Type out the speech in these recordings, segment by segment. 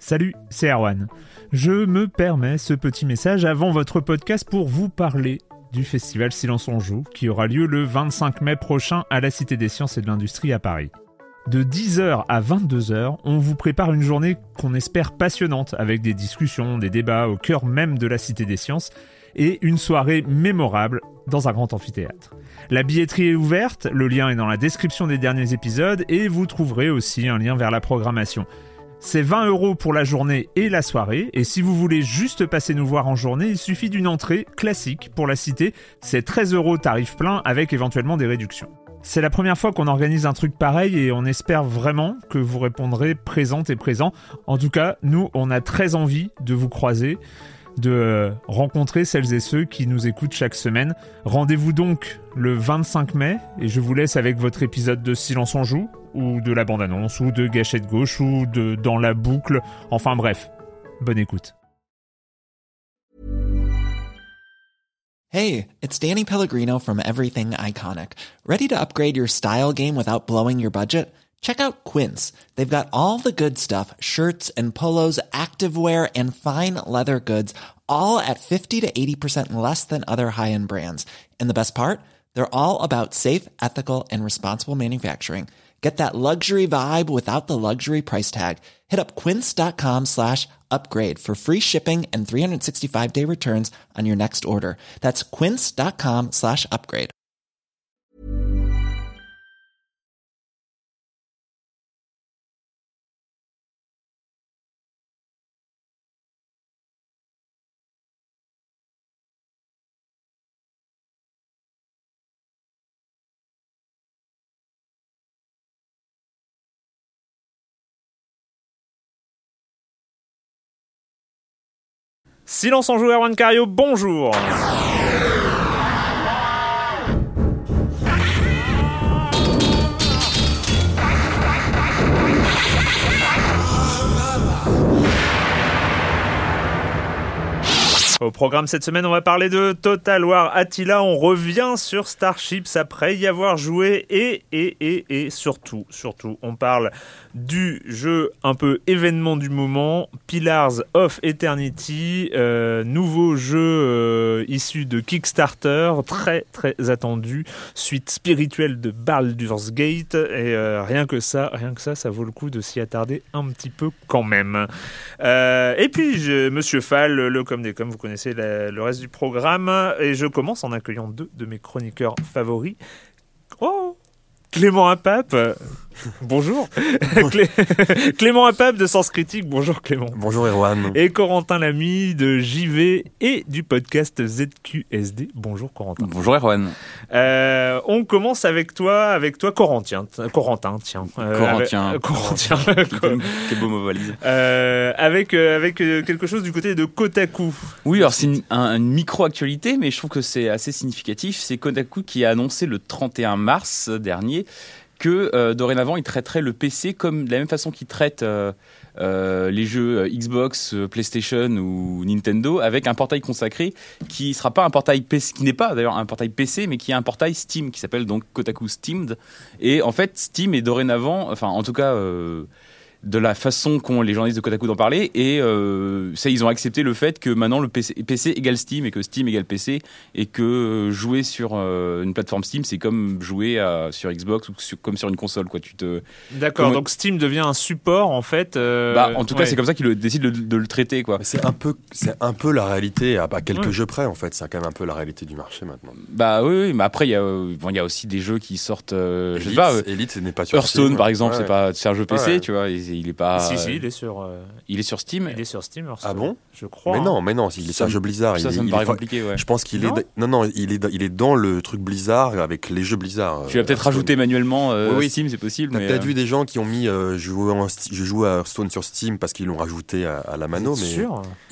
Salut, c'est Erwan. Je me permets ce petit message avant votre podcast pour vous parler du festival Silence on Joue qui aura lieu le 25 mai prochain à la Cité des Sciences et de l'Industrie à Paris. De 10h à 22h, on vous prépare une journée qu'on espère passionnante avec des discussions, des débats au cœur même de la Cité des Sciences et une soirée mémorable dans un grand amphithéâtre. La billetterie est ouverte, le lien est dans la description des derniers épisodes et vous trouverez aussi un lien vers la programmation. C'est 20 € pour la journée et la soirée, et si vous voulez juste passer nous voir en journée, il suffit d'une entrée classique pour la Cité, c'est 13 € tarif plein avec éventuellement des réductions. C'est la première fois qu'on organise un truc pareil et on espère vraiment que vous répondrez présentes et présents. En tout cas, nous, on a très envie de vous croiser, de rencontrer celles et ceux qui nous écoutent chaque semaine. Rendez-vous donc le 25 mai et je vous laisse avec votre épisode de Silence on Joue, ou de la bande-annonce, ou de Gâchette Gauche, ou de Dans la boucle. Enfin bref, bonne écoute. Hey, it's Danny Pellegrino from Everything Iconic. Ready to upgrade your style game without blowing your budget? Check out Quince. They've got all the good stuff, shirts and polos, activewear, and fine leather goods, all at 50 to 80% less than other high-end brands. And the best part? They're all about safe, ethical, and responsible manufacturing. Get that luxury vibe without the luxury price tag. Hit up quince.com/upgrade for free shipping and 365-day returns on your next order. That's quince.com/upgrade. Silence en Joue, Erwan Cario, bonjour. Au programme cette semaine, on va parler de Total War Attila. On revient sur Starships après y avoir joué et surtout, on parle du jeu un peu événement du moment, Pillars of Eternity, nouveau jeu issu de Kickstarter, très très attendu, suite spirituelle de Baldur's Gate, et rien que ça vaut le coup de s'y attarder un petit peu quand même. Et puis, Monsieur Fall, le com des coms, vous connaissez le reste du programme, et je commence en accueillant deux de mes chroniqueurs favoris. Oh, Clément Apap, bonjour. Clément Apap de Sens Critique, bonjour Clément. Bonjour Erwan. Et Corentin Lamy de JV et du podcast ZQSD, bonjour Corentin. Bonjour Erwan. On commence avec toi Corentin, tiens. Corentin. Quel beau mot valise. Avec quelque chose du côté de Kotaku. Oui, alors c'est une micro-actualité, mais je trouve que c'est assez significatif. C'est Kotaku qui a annoncé le 31 mars dernier que dorénavant il traiterait le PC comme de la même façon qu'il traite les jeux Xbox, PlayStation ou Nintendo, avec un portail consacré qui sera pas un portail PC, qui n'est pas d'ailleurs un portail PC, mais qui est un portail Steam qui s'appelle donc Kotaku Steamed. Et en fait, Steam est dorénavant, enfin en tout cas de la façon qu'ont les journalistes de Kotaku d'en parler, et ça, ils ont accepté le fait que maintenant le PC égale Steam et que Steam égale PC, et que jouer sur une plateforme Steam, c'est comme jouer sur Xbox ou comme sur une console, quoi. D'accord, donc Steam devient un support en fait. En tout cas, c'est comme ça qu'ils décident de le traiter, quoi. C'est un peu la réalité, à quelques jeux près en fait. C'est quand même un peu la réalité du marché maintenant. Bah oui, mais après il y a aussi des jeux qui sortent. Je sais pas. Elite n'est pas sur Hearthstone Steam, par exemple, c'est un jeu PC, tu vois. Il est pas. Si, il est sur. Il est sur Steam. Il est sur Steam. Ah bon ? Je crois. Mais non, il est sur un jeu Blizzard. Ça me paraît compliqué, ouais. Je pense qu'il est. Non, il est dans le truc Blizzard avec les jeux Blizzard. Tu vas peut-être rajouter manuellement Steam, c'est possible. T'as peut-être vu des gens qui ont mis je joue à Hearthstone sur Steam parce qu'ils l'ont rajouté à la mano, mais. Sûr.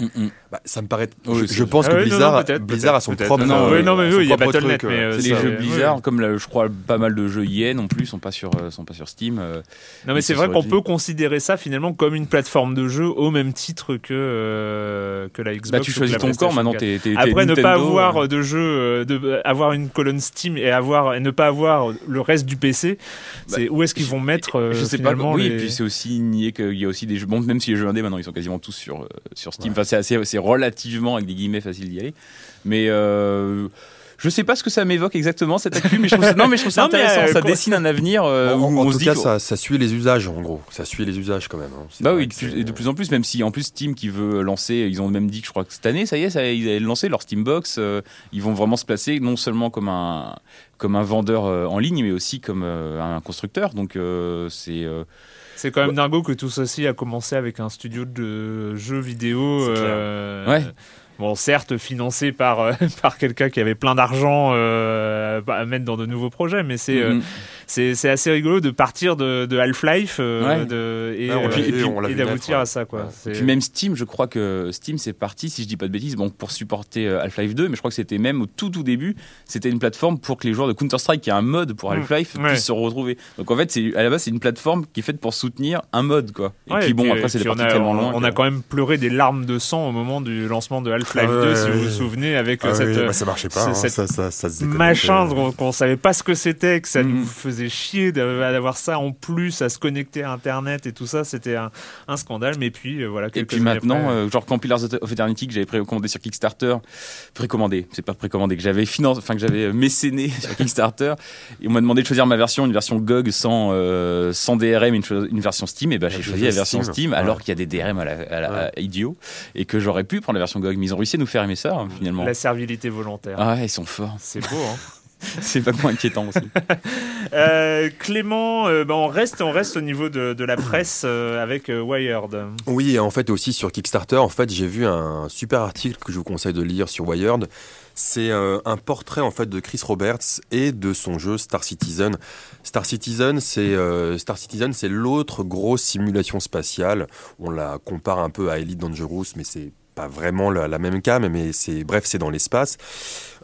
Ça me paraît. Oui, je pense que Blizzard a son propre. Oui, il y a Battle.net, truc, mais les jeux Blizzard, comme je crois pas mal de jeux EA non plus, sont pas sur Steam. Non, mais c'est vrai qu'on peut considérer ça finalement comme une plateforme de jeu au même titre que la Xbox. Tu choisis ton corps maintenant. T'es après, Nintendo, ne pas avoir de jeu, avoir une colonne Steam et ne pas avoir le reste du PC, c'est où est-ce qu'ils vont mettre je sais pas. Oui, les... et puis c'est aussi nier qu'il y a aussi des jeux. Bon, même si les jeux indés maintenant ils sont quasiment tous sur Steam. Enfin, c'est relativement avec des guillemets facile d'y aller. Mais je sais pas ce que ça m'évoque exactement cette actu, mais je trouve ça intéressant. Ça dessine un avenir où en on tout se dit cas, ça suit les usages en gros. Ça suit les usages quand même. Et de plus en plus, même si en plus Steam qui veut lancer, ils ont même dit que je crois que cette année, ça y est, ils avaient lancé leur Steambox. Ils vont vraiment se placer non seulement comme un vendeur en ligne, mais aussi comme un constructeur. Donc c'est quand même dingo que tout ceci a commencé avec un studio de jeux vidéo. Bon, certes, financé par quelqu'un qui avait plein d'argent à mettre dans de nouveaux projets, mais c'est assez rigolo de partir de Half-Life et d'aboutir à ça, quoi. Et puis même Steam, je crois que Steam c'est parti, si je dis pas de bêtises, pour supporter Half-Life 2, mais je crois que c'était même au tout début, c'était une plateforme pour que les joueurs de Counter-Strike qui a un mode pour Half-Life puissent se retrouver. Donc en fait, à la base, c'est une plateforme qui est faite pour soutenir un mode, quoi. Et puis après, c'est parti tellement loin. On a quand même pleuré des larmes de sang au moment du lancement de Half-Life 2, si vous vous souvenez, avec ça marchait pas. Cette machin qu'on savait pas ce que c'était, que ça nous faisait chier d'avoir ça en plus, à se connecter à Internet et tout ça, c'était un scandale. Mais puis voilà. Et puis maintenant, genre quand Pillars of Eternity que j'avais précommandé sur Kickstarter, c'est pas précommandé, que j'avais mécéné sur Kickstarter, et on m'a demandé de choisir une version GOG sans DRM, une version Steam, et j'ai choisi la version Steam, alors qu'il y a des DRM à la idiot, et que j'aurais pu prendre la version GOG, mais ils ont réussi à nous faire aimer ça finalement. La servilité volontaire. Ah ouais, ils sont forts. C'est beau, hein. C'est pas moins inquiétant aussi. Clément, on reste au niveau de la presse avec Wired. Oui, en fait aussi sur Kickstarter, en fait j'ai vu un super article que je vous conseille de lire sur Wired. C'est un portrait en fait de Chris Roberts et de son jeu Star Citizen. Star Citizen, c'est l'autre grosse simulation spatiale. On la compare un peu à Elite Dangerous, mais c'est pas vraiment la même cam, mais c'est dans l'espace. Pourquoi ?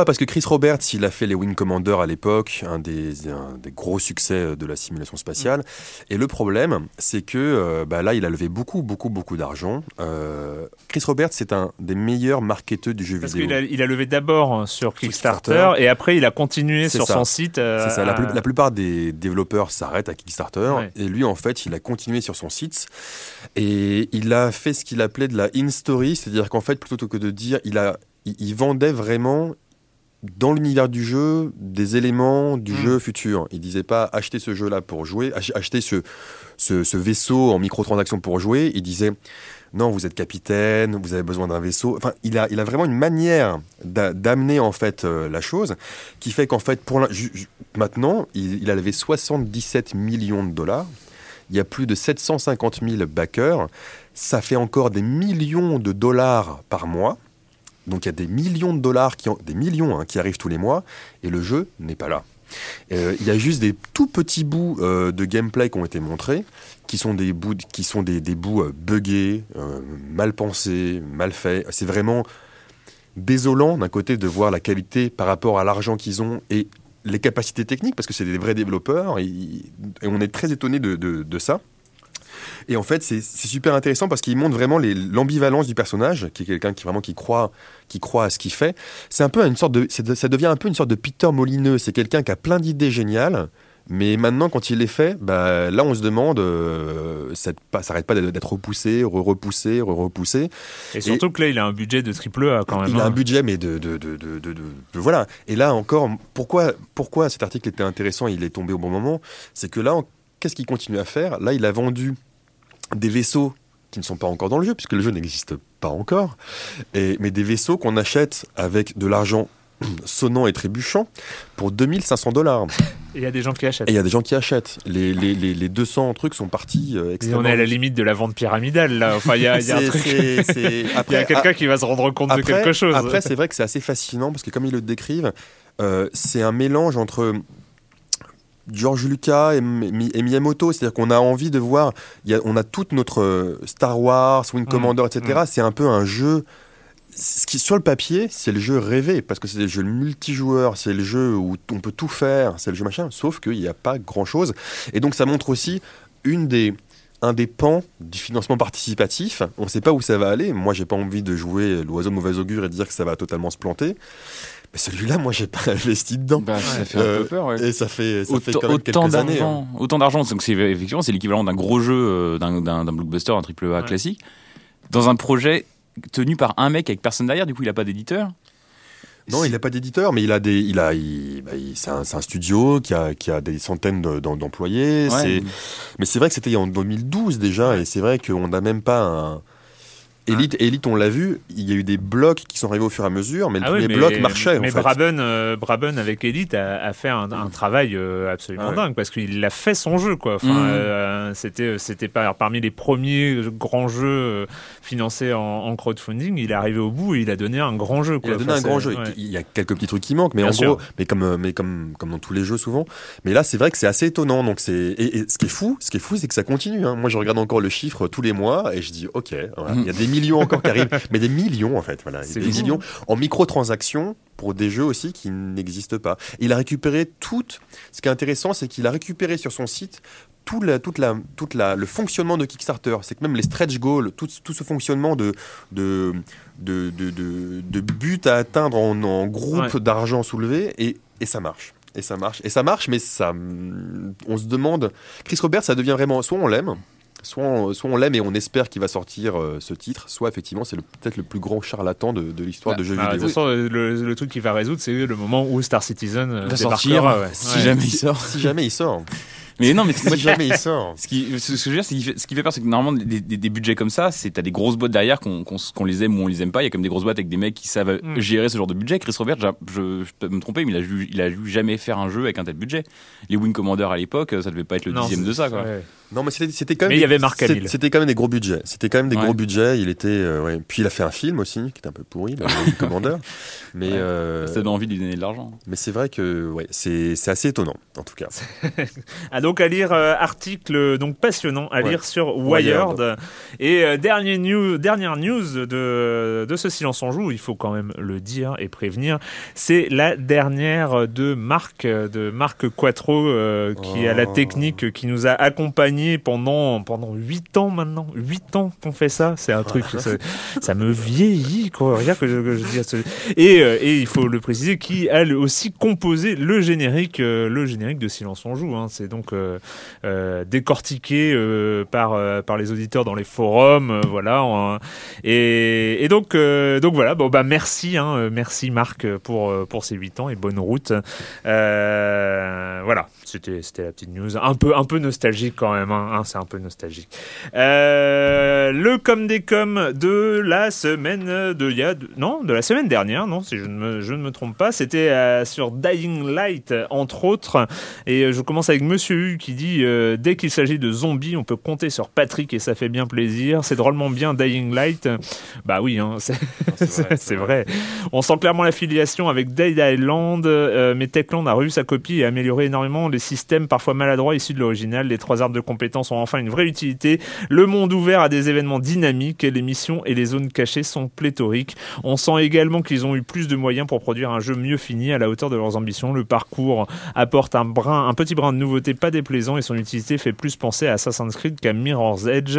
Parce que Chris Roberts, il a fait les Wing Commander à l'époque, un des gros succès de la simulation spatiale. Et le problème, c'est que là, il a levé beaucoup d'argent. Chris Roberts, c'est un des meilleurs marketeurs du jeu vidéo. Parce qu'il a levé d'abord sur Kickstarter et après il a continué sur son site. C'est ça. La plupart des développeurs s'arrêtent à Kickstarter, et lui, en fait, il a continué sur son site et il a fait ce qu'il appelait de la in-story, c'est-à-dire qu'en fait, plutôt que de dire, il vendait vraiment dans l'univers du jeu des éléments du jeu futur. Il disait pas achetez ce jeu-là pour jouer, achetez ce vaisseau en microtransaction pour jouer. Il disait non, vous êtes capitaine, vous avez besoin d'un vaisseau. Enfin, il a vraiment une manière d'amener en fait la chose qui fait qu'en fait maintenant il a levé 77 millions de dollars. Il y a plus de 750 000 backers. Ça fait encore des millions de dollars par mois. Donc il y a des millions de dollars qui arrivent tous les mois, et le jeu n'est pas là. Il y a juste des tout petits bouts de gameplay qui ont été montrés, qui sont des bouts buggés, mal pensés, mal faits. C'est vraiment désolant d'un côté de voir la qualité par rapport à l'argent qu'ils ont et les capacités techniques, parce que c'est des vrais développeurs, et on est très étonné de ça. Et en fait, c'est super intéressant parce qu'il montre vraiment l'ambivalence du personnage, qui est quelqu'un qui croit à ce qu'il fait. C'est un peu ça devient un peu une sorte de Peter Molineux. C'est quelqu'un qui a plein d'idées géniales, mais maintenant, quand il les fait, là, on se demande, ça n'arrête pas d'être repoussé. Et surtout que là, il a un budget de AAA quand même. Il a un budget, mais de voilà. Et là encore, pourquoi cet article était intéressant, il est tombé au bon moment, c'est que là, qu'est-ce qu'il continue à faire ? Là, il a vendu des vaisseaux qui ne sont pas encore dans le jeu, puisque le jeu n'existe pas encore, mais des vaisseaux qu'on achète avec de l'argent sonnant et trébuchant pour $2 500. Et il y a des gens qui achètent. Les 200 trucs sont partis extrêmement. Et on est à la limite de la vente pyramidale, là. Enfin, il y a un truc. Il y a quelqu'un qui va se rendre compte de quelque chose. Après, c'est vrai que c'est assez fascinant, parce que comme ils le décrivent, c'est un mélange entre George Lucas et Miyamoto, c'est-à-dire qu'on a envie de voir, on a toute notre Star Wars, Wing Commander, etc. C'est un peu un jeu, ce qui sur le papier, c'est le jeu rêvé, parce que c'est le jeu multijoueur, c'est le jeu où on peut tout faire, c'est le jeu machin, sauf qu'il n'y a pas grand-chose. Et donc ça montre aussi un des pans du financement participatif. On ne sait pas où ça va aller. Moi, j'ai pas envie de jouer l'oiseau de mauvais augure et de dire que ça va totalement se planter. Mais celui-là, moi, j'ai pas investi dedans. Ça fait un peu peur. Ouais. Et ça fait quand même quelques années. Autant d'argent. Donc effectivement, c'est l'équivalent d'un gros jeu, d'un blockbuster, un triple A classique, dans un projet tenu par un mec avec personne derrière. Du coup, il a pas d'éditeur. Non, il n'a pas d'éditeur, mais c'est un studio qui a des centaines d'employés. Ouais. Mais c'est vrai que c'était en 2012 déjà, et c'est vrai qu'on n'a même pas un... Elite, on l'a vu, il y a eu des blocs qui sont arrivés au fur et à mesure, mais le premier bloc marchait. Mais en fait. Braben avec Elite a fait un travail absolument dingue, parce qu'il a fait son jeu, quoi. Enfin, c'était parmi les premiers grands jeux financés en crowdfunding. Il est arrivé au bout et il a donné un grand jeu, quoi. Il a donné un grand jeu. Il y a quelques petits trucs qui manquent, mais gros, comme dans tous les jeux souvent. Mais là, c'est vrai que c'est assez étonnant. Donc et ce qui est fou, c'est que ça continue. Hein. Moi, je regarde encore le chiffre tous les mois et je dis, ok, voilà, il y a des millions encore qui arrivent, mais des millions en fait, voilà, des millions en microtransactions pour des jeux aussi qui n'existent pas. Il a récupéré ce qui est intéressant, c'est qu'il a récupéré sur son site tout le fonctionnement de Kickstarter. C'est que même les stretch goals, tout ce fonctionnement de but à atteindre en groupe d'argent soulevé, et ça marche. Et ça marche, mais on se demande, Chris Roberts, ça devient vraiment, soit on l'aime, soit on l'aime et on espère qu'il va sortir ce titre, soit effectivement c'est peut-être le plus grand charlatan de l'histoire de jeux vidéo. De toute façon, le truc qu'il va résoudre, c'est le moment où Star Citizen va sortir, si jamais il sort. Mais non, mais si jamais il sort. Ce que je veux dire, ce qui fait peur, c'est que normalement des budgets comme ça, t'as des grosses boîtes derrière qu'on les aime ou on les aime pas. Il y a comme des grosses boîtes avec des mecs qui savent gérer ce genre de budget. Chris Roberts, je peux me tromper, mais il a vu jamais faire un jeu avec un tel budget. Les Wing Commander à l'époque, ça devait pas être le dixième de ça, quoi. Ouais. Non, mais c'était quand même. Mais il y avait Mark Hamill. C'était quand même des gros budgets. Gros budgets. Il était. Puis il a fait un film aussi qui était un peu pourri, le Wing Commander. Mais ça donne envie de lui donner de l'argent. Mais c'est vrai que c'est assez étonnant en tout cas. Donc à lire article donc passionnant à lire sur Wired. Et dernière news de ce silence en joue, il faut quand même le dire et prévenir, c'est la dernière de Marc Quattro qui a la technique, qui nous a accompagnés pendant 8 ans maintenant. 8 ans qu'on fait ça, c'est un truc, ça me vieillit, quoi. Regarde que je dis ça. Et il faut le préciser, qui a aussi composé le générique de Silence on joue. Hein. C'est donc décortiqué par les auditeurs dans les forums, voilà. Et donc voilà. Bon bah merci, merci Marc pour ces 8 ans et bonne route. Voilà, c'était la petite news, un peu nostalgique quand même. C'est un peu nostalgique. Le com des coms de la semaine de la semaine dernière, non, si je ne me trompe pas, c'était sur Dying Light entre autres. Et je commence avec Monsieur U qui dit dès qu'il s'agit de zombies, on peut compter sur Patrick et ça fait bien plaisir. C'est drôlement bien Dying Light. Bah oui, c'est vrai. On sent clairement l'affiliation avec Dead Island, mais Techland a revu sa copie et a amélioré énormément les systèmes parfois maladroits issus de l'original. Les 3 arbres de compétences ont enfin une vraie utilité. Le monde ouvert a des événements dynamiques et les missions et les zones cachées sont pléthoriques. On sent également qu'ils ont eu plus de moyens pour produire un jeu mieux fini à la hauteur de leurs ambitions. Le parcours apporte un petit brin de nouveauté pas déplaisant et son utilité fait plus penser à Assassin's Creed qu'à Mirror's Edge.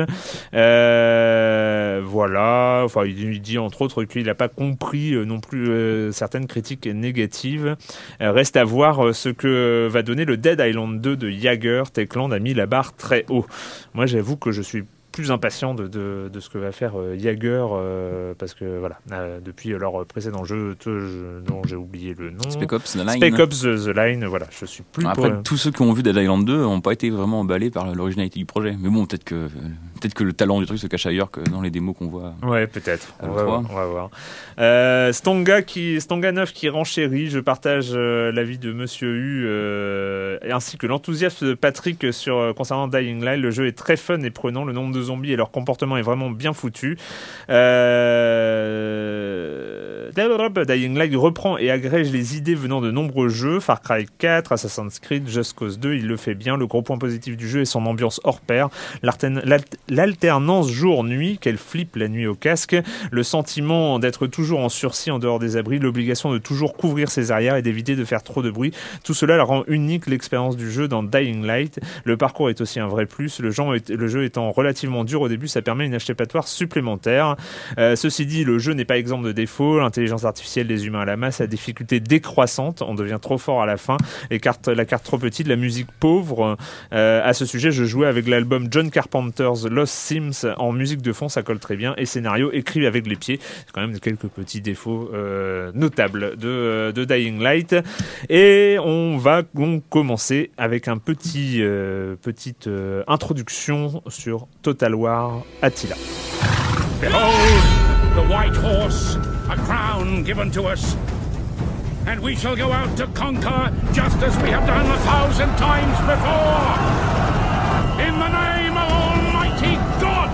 Voilà. Enfin, il dit entre autres qu'il n'a pas compris non plus certaines critiques négatives. Reste à voir ce que va donner le Dead Island 2 de Yager. Techland a mis la barre très haut. Moi, j'avoue que je suis plus impatient de ce que va faire Yager parce que voilà, depuis leur précédent jeu dont j'ai oublié le nom, Spec Ops The Line, voilà, je suis plus après tous ceux qui ont vu Dead Island 2 n'ont pas été vraiment emballés par l'originalité du projet, mais bon, peut-être que le talent du truc se cache ailleurs que dans les démos qu'on voit. Ouais, peut-être. On va voir. Stonga 9 qui renchérit. Je partage l'avis de Monsieur U ainsi que l'enthousiasme de Patrick concernant Dying Light. Le jeu est très fun et prenant. Le nombre de zombies et leur comportement est vraiment bien foutu. Dying Light reprend et agrège les idées venant de nombreux jeux, Far Cry 4, Assassin's Creed, Just Cause 2, il le fait bien. Le gros point positif du jeu est son ambiance hors pair, l'alternance jour-nuit, qu'elle flippe la nuit au casque, le sentiment d'être toujours en sursis en dehors des abris, l'obligation de toujours couvrir ses arrières et d'éviter de faire trop de bruit. Tout cela la rend unique l'expérience du jeu dans Dying Light. Le parcours est aussi un vrai plus, le jeu étant relativement dur au début, ça permet une échappatoire supplémentaire. Ceci dit, le jeu n'est pas exempt de défauts, l'intelligence artificielle des humains à la masse, la difficulté décroissante, on devient trop fort à la fin, la carte trop petite, la musique pauvre. À ce sujet, je jouais avec l'album John Carpenter's Lost Sims en musique de fond, ça colle très bien, et scénario écrit avec les pieds. C'est quand même quelques petits défauts notables de Dying Light. Et on va donc commencer avec un petite introduction sur Total War Attila. Behold, the white horse, a crown given to us. And we shall go out to conquer just as we have done 1,000 times before. In the name of Almighty God!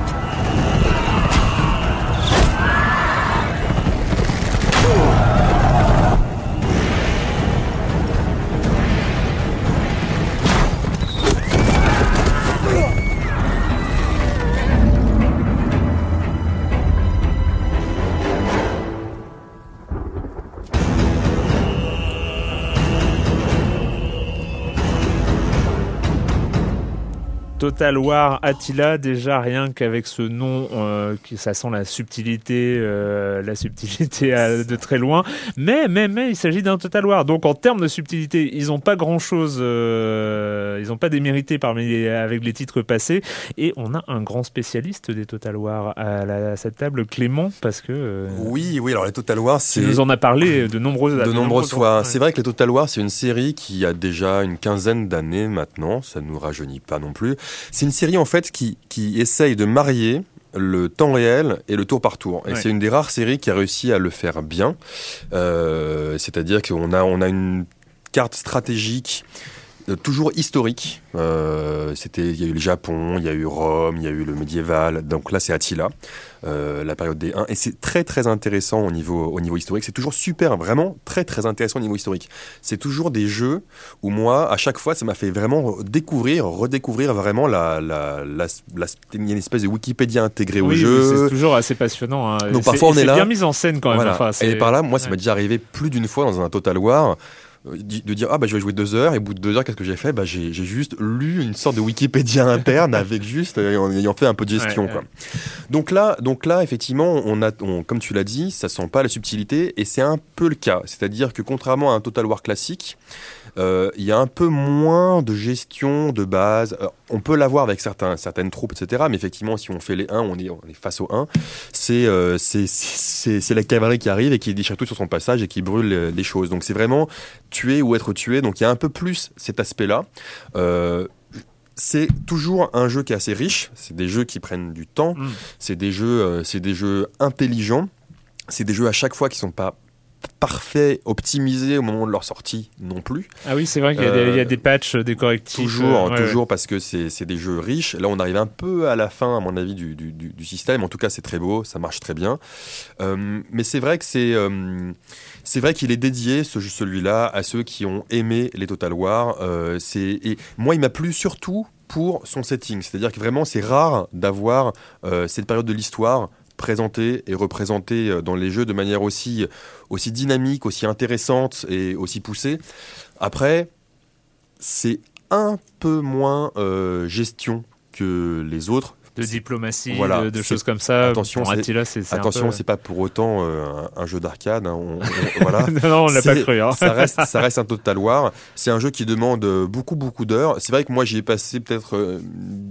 Total War Attila, déjà rien qu'avec ce nom, ça sent la subtilité de très loin. Mais il s'agit d'un Total War. Donc en termes de subtilité, ils n'ont pas grand-chose, ils n'ont pas démérité avec les titres passés. Et on a un grand spécialiste des Total War à cette table, Clément, parce que oui. Alors les Total War, tu nous en as parlé de nombreuses fois. Ouais. C'est vrai que les Total War, c'est une série qui a déjà une quinzaine d'années maintenant. Ça nous rajeunit pas non plus. C'est une série en fait qui essaye de marier le temps réel et le tour par tour. Et c'est une des rares séries qui a réussi à le faire bien. C'est-à-dire qu'on a une carte stratégique toujours historique. Il y a eu le Japon, il y a eu Rome, il y a eu le médiéval. Donc là, c'est Attila, la période des Huns. Et c'est très, très intéressant au niveau historique. C'est toujours super, vraiment très, très intéressant au niveau historique. C'est toujours des jeux où moi, à chaque fois, ça m'a fait vraiment redécouvrir vraiment il y a une espèce de Wikipédia intégrée au jeu. C'est toujours assez passionnant. Hein. Donc parfois, on est là. C'est bien mis en scène quand même. Voilà. Enfin, et par là, moi, ça m'est déjà arrivé plus d'une fois dans un Total War de dire je vais jouer 2 heures, et au bout de 2 heures, qu'est-ce que j'ai fait? J'ai juste lu une sorte de Wikipédia interne avec juste en ayant fait un peu de gestion, quoi. Donc là effectivement, comme tu l'as dit, ça sent pas la subtilité, et c'est un peu le cas. C'est-à-dire que contrairement à un Total War classique, il y a un peu moins de gestion de base. On peut l'avoir avec certaines troupes, etc. Mais effectivement, si on fait les 1, on est face aux 1. C'est la cavalerie qui arrive et qui déchire tout sur son passage et qui brûle les choses. Donc c'est vraiment tuer ou être tué. Donc il y a un peu plus cet aspect-là. C'est toujours un jeu qui est assez riche. C'est des jeux qui prennent du temps. C'est des jeux intelligents. C'est des jeux à chaque fois qui sont pas parfaits, optimisés au moment de leur sortie non plus. Ah oui, c'est vrai qu'il y a des patchs, des correctifs. Toujours parce que c'est des jeux riches. Là, on arrive un peu à la fin, à mon avis, du système. En tout cas, c'est très beau, ça marche très bien. Mais c'est vrai que c'est vrai qu'il est dédié, celui-là, à ceux qui ont aimé les Total War. Et moi, il m'a plu surtout pour son setting. C'est-à-dire que vraiment, c'est rare d'avoir cette période de l'histoire présentée et représentée dans les jeux de manière aussi dynamique, aussi intéressante et aussi poussée. Après, c'est un peu moins gestion que les autres. De diplomatie, voilà, de choses comme ça. Attention, Attila, c'est pas pour autant un jeu d'arcade. Hein, voilà. Non, on l'a pas cru. Hein. Ça reste un Total War. C'est un jeu qui demande beaucoup d'heures. C'est vrai que moi, j'y ai passé peut-être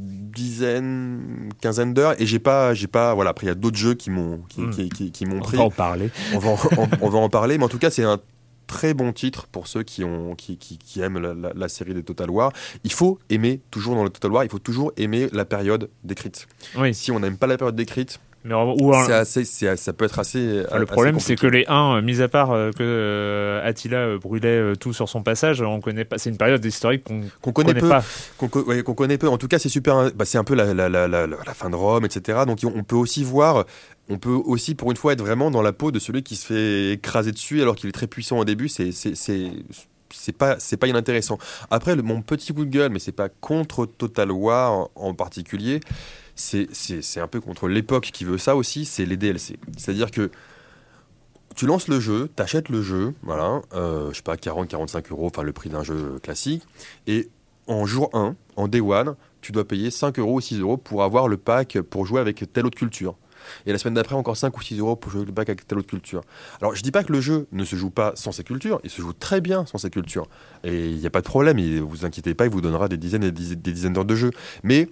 quinzaine d'heures, et j'ai pas. Voilà. Après, il y a d'autres jeux qui m'ont pris. On va en parler. On va en parler. Mais en tout cas, c'est un très bon titre pour ceux qui aiment la série des Total War. Il faut aimer, toujours dans le Total War, il faut toujours aimer la période décrite. Oui. Si on n'aime pas la période décrite, Mais ça peut être assez. Le problème, c'est que les 1, mis à part que Attila brûlait tout sur son passage, on connaît pas. C'est une période historique qu'on connaît peu, pas. Qu'on connaît peu. En tout cas, c'est super. C'est un peu la fin de Rome, etc. Donc, on peut aussi voir. On peut aussi, pour une fois, être vraiment dans la peau de celui qui se fait écraser dessus alors qu'il est très puissant au début. C'est pas inintéressant. Après, mon petit coup de gueule, mais c'est pas contre Total War en particulier. C'est un peu contre l'époque qui veut ça aussi, c'est les DLC. C'est-à-dire que tu lances le jeu, t'achètes le jeu, voilà, je sais pas, 40-45 €, enfin le prix d'un jeu classique, et en jour 1, en Day 1, tu dois payer 5 € ou 6 € pour avoir le pack pour jouer avec telle autre culture. Et la semaine d'après, encore 5 ou 6 € pour jouer le pack avec telle autre culture. Alors, je dis pas que le jeu ne se joue pas sans ces cultures, il se joue très bien sans ces cultures. Et il n'y a pas de problème, vous inquiétez pas, il vous donnera des dizaines et des dizaines d'heures de jeu. Mais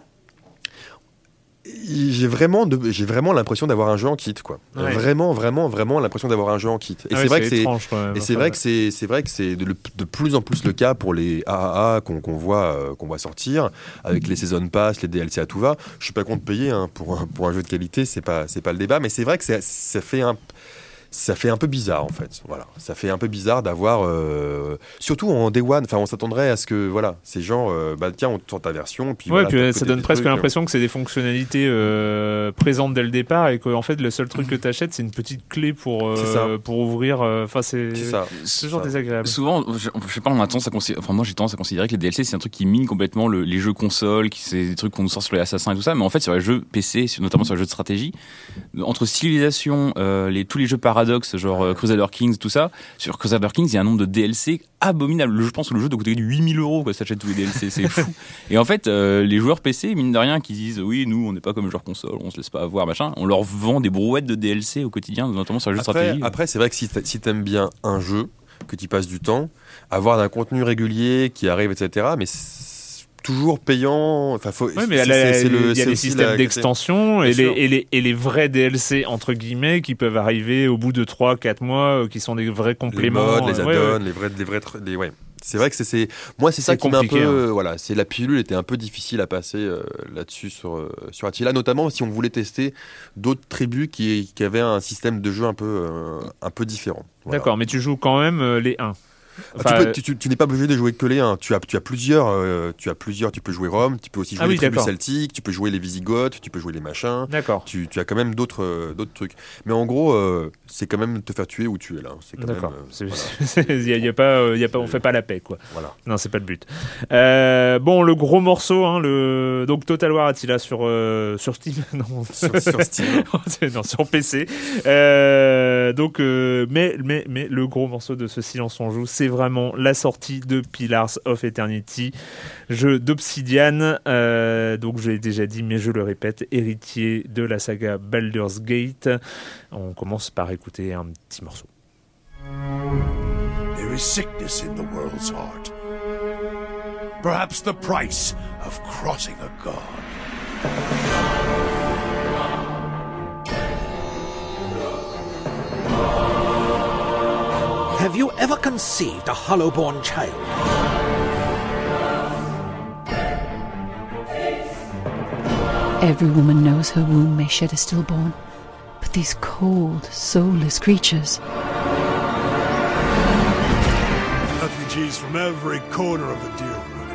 j'ai vraiment l'impression d'avoir un jeu en kit, quoi. Ouais. Vraiment l'impression d'avoir un jeu en kit. Et c'est vrai que c'est étrange, quand même. Et c'est vrai que c'est de plus en plus le cas pour les AAA qu'on voit sortir avec les season pass, les DLC à tout va. Je suis pas contre payer pour un jeu de qualité, c'est pas le débat, mais c'est vrai que ça fait un peu bizarre, en fait. Voilà, ça fait un peu bizarre d'avoir surtout en Day One. Enfin, on s'attendrait à ce que c'est genre tiens, on te sort ta version, puis ouais, puis ça donne presque l'impression que c'est des fonctionnalités présentes dès le départ et qu'en fait le seul truc que t'achètes c'est une petite clé pour ouvrir. Enfin, c'est toujours désagréable. Souvent, je sais pas, moi j'ai tendance à considérer que les DLC c'est un truc qui mine complètement les jeux consoles, c'est des trucs qu'on nous sort sur les Assassins et tout ça, mais en fait sur les jeux PC, notamment sur les jeux de stratégie, entre Civilisation, tous les jeux Paradox, genre Crusader Kings, tout ça. Sur Crusader Kings, il y a un nombre de DLC abominable. Je pense que le jeu doit coûter 8 000 € quand ça achète tous les DLC, c'est fou. Et en fait, les joueurs PC, mine de rien, qui disent oui, nous, on n'est pas comme les joueurs console, on se laisse pas avoir, machin, on leur vend des brouettes de DLC au quotidien, notamment sur les jeux de stratégie. Après, c'est vrai que si t'aimes bien un jeu, que tu passes du temps, avoir un contenu régulier qui arrive, etc., mais toujours payant. Enfin, mais il y a les systèmes d'extension et les vrais DLC entre guillemets qui peuvent arriver au bout de 3-4 mois, qui sont des vrais compléments. Les mods, les add-ons, les vrais. C'est vrai que c'est ça qui m'a un peu. Voilà, la pilule était un peu difficile à passer là-dessus sur Attila, notamment si on voulait tester d'autres tribus qui avaient un système de jeu un peu différent. Voilà. D'accord, mais tu joues quand même les 1. Enfin, tu n'es pas obligé de jouer que les 1. Tu as plusieurs. Tu peux jouer Rome. Tu peux aussi jouer les tribus celtiques. Tu peux jouer les Visigoths. Tu peux jouer les machins. D'accord. Tu as quand même d'autres trucs. Mais en gros, c'est quand même te faire tuer ou tuer là. C'est quand d'accord. Même, y a pas, on fait pas la paix, quoi. Voilà. Non, c'est pas le but. Bon, le gros morceau, donc Total War Attila sur Steam. Non. Sur Steam. Non, sur PC. Donc, mais le gros morceau de ce Silence on joue, c'est vraiment la sortie de Pillars of Eternity, jeu d'Obsidian, donc je l'ai déjà dit mais je le répète, héritier de la saga Baldur's Gate. On commence par écouter un petit morceau. There is sickness in the world's heart. Perhaps the price of crossing a god. Have you ever conceived a hollow-born child? Every woman knows her womb may shed a stillborn, but these cold, soulless creatures... Refugees from every corner of the Deerwood.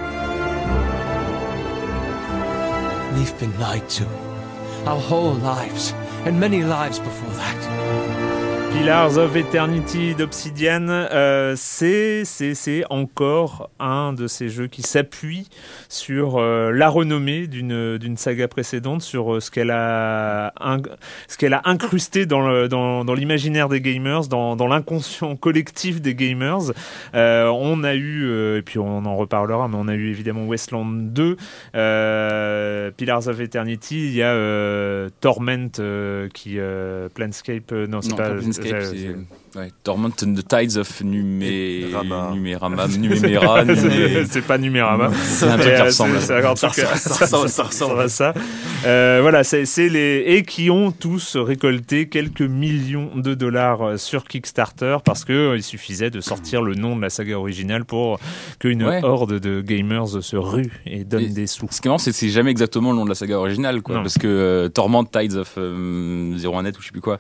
We've been lied to. Our whole lives, and many lives before that. Pillars of Eternity d'Obsidian, c'est encore un de ces jeux qui s'appuie sur la renommée d'une saga précédente, sur ce qu'elle a incrusté dans l'imaginaire des gamers, dans l'inconscient collectif des gamers. On a eu, et puis on en reparlera, mais on a eu évidemment Wasteland 2, Pillars of Eternity, il y a Torment qui Planescape, non c'est pas... Ouais, Torment and the Tides of Numérama. C'est pas Numérama. C'est un truc qui ressemble. Ça ressemble à ça. Voilà, c'est les et qui ont tous récolté quelques millions de dollars sur Kickstarter parce que il suffisait de sortir le nom de la saga originale pour qu'une horde de gamers se rue et donne des sous. Ce qui est marrant, c'est que c'est jamais exactement le nom de la saga originale, quoi. Parce que Torment Tides of 01net ou je sais plus quoi.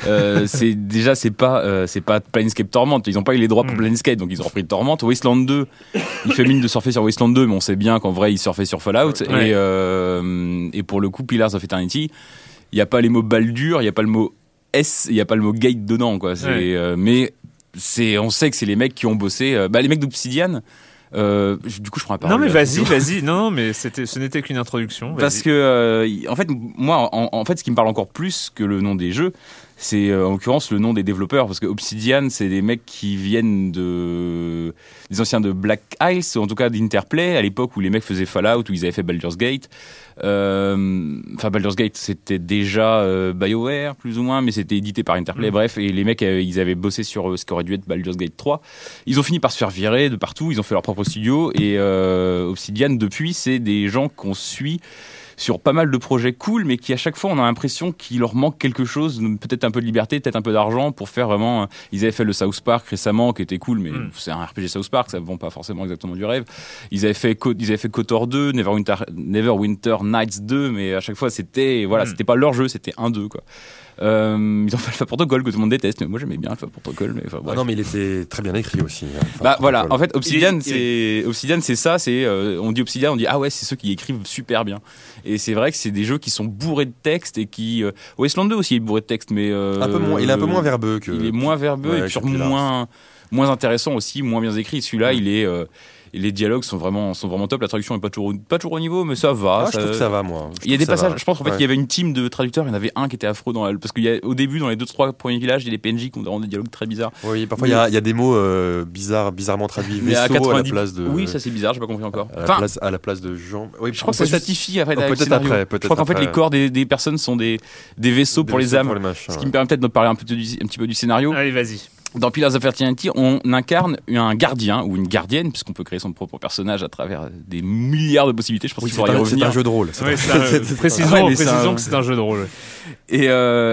C'est pas Planescape Torment, ils ont pas eu les droits pour Planescape, donc ils ont repris Torment. Wasteland 2, il fait mine de surfer sur Wasteland 2, mais on sait bien qu'en vrai il surfait sur Fallout. Et pour le coup, Pillars of Eternity, il y a pas les mots Baldur, il y a pas le mot S, il y a pas le mot Gate dedans, quoi. Mais on sait que c'est les mecs qui ont bossé, les mecs d'Obsidian. Du coup, je prends la parole. Non, mais vas-y. Non, mais ce n'était qu'une introduction. Vas-y. Parce que, en fait, moi, en fait, ce qui me parle encore plus que le nom des jeux, c'est en l'occurrence le nom des développeurs. Parce que Obsidian, c'est des mecs qui viennent des anciens de Black Isles, ou en tout cas d'Interplay, à l'époque où les mecs faisaient Fallout, où ils avaient fait Baldur's Gate. Baldur's Gate, c'était déjà BioWare, plus ou moins, mais c'était édité par Interplay. Bref, et les mecs, ils avaient bossé sur ce qu'aurait dû être Baldur's Gate 3. Ils ont fini par se faire virer de partout, ils ont fait leur propre studio, et Obsidian, depuis, c'est des gens qu'on suit sur pas mal de projets cool, mais qui à chaque fois on a l'impression qu'il leur manque quelque chose, peut-être un peu de liberté, peut-être un peu d'argent pour faire vraiment. Ils avaient fait le South Park récemment qui était cool, mais c'est un RPG South Park, ça vend pas forcément exactement du rêve. Ils avaient fait KOTOR 2, Neverwinter Nights 2, mais à chaque fois c'était pas leur jeu, c'était 1-2 quoi. Ils ont fait Alpha Protocol que tout le monde déteste, mais moi j'aimais bien Alpha Protocol, mais enfin, bref. Non, mais il était très bien écrit aussi. Voilà, en fait Obsidian c'est ça, on dit Obsidian, on dit ah ouais, c'est ceux qui écrivent super bien. Et c'est vrai que c'est des jeux qui sont bourrés de texte et qui Wasteland 2 aussi est bourré de texte, mais il est un peu moins verbeux que. Il est moins verbeux et puis moins intéressant aussi, moins bien écrit. Celui-là, il est les dialogues sont vraiment top. La traduction est pas toujours au niveau, mais ça va. Je trouve que ça va, moi. Il y a des passages. Je pense qu'en fait, il y avait une team de traducteurs. Il y en avait un qui était affreux parce qu'au début, dans les 2-3 premiers villages, il y a des PNJ qui ont vraiment des dialogues très bizarres. Oui, parfois il y a des mots bizarrement traduits. Vaisseau à la place de. Oui, ça c'est bizarre. J'ai pas compris encore. À la place de Jean. Oui, je crois que ça satisfie après. Peut-être après. Je crois qu'en fait, les corps des personnes sont des vaisseaux pour les âmes. Ce qui me permet peut-être de parler un petit peu du scénario. Allez, vas-y. Dans Pillars of Eternity, on incarne un gardien ou une gardienne, puisqu'on peut créer son propre personnage à travers des milliards de possibilités. Je pense qu'il faudra y revenir. C'est un jeu de rôle. Précisons que c'est un jeu de rôle. Et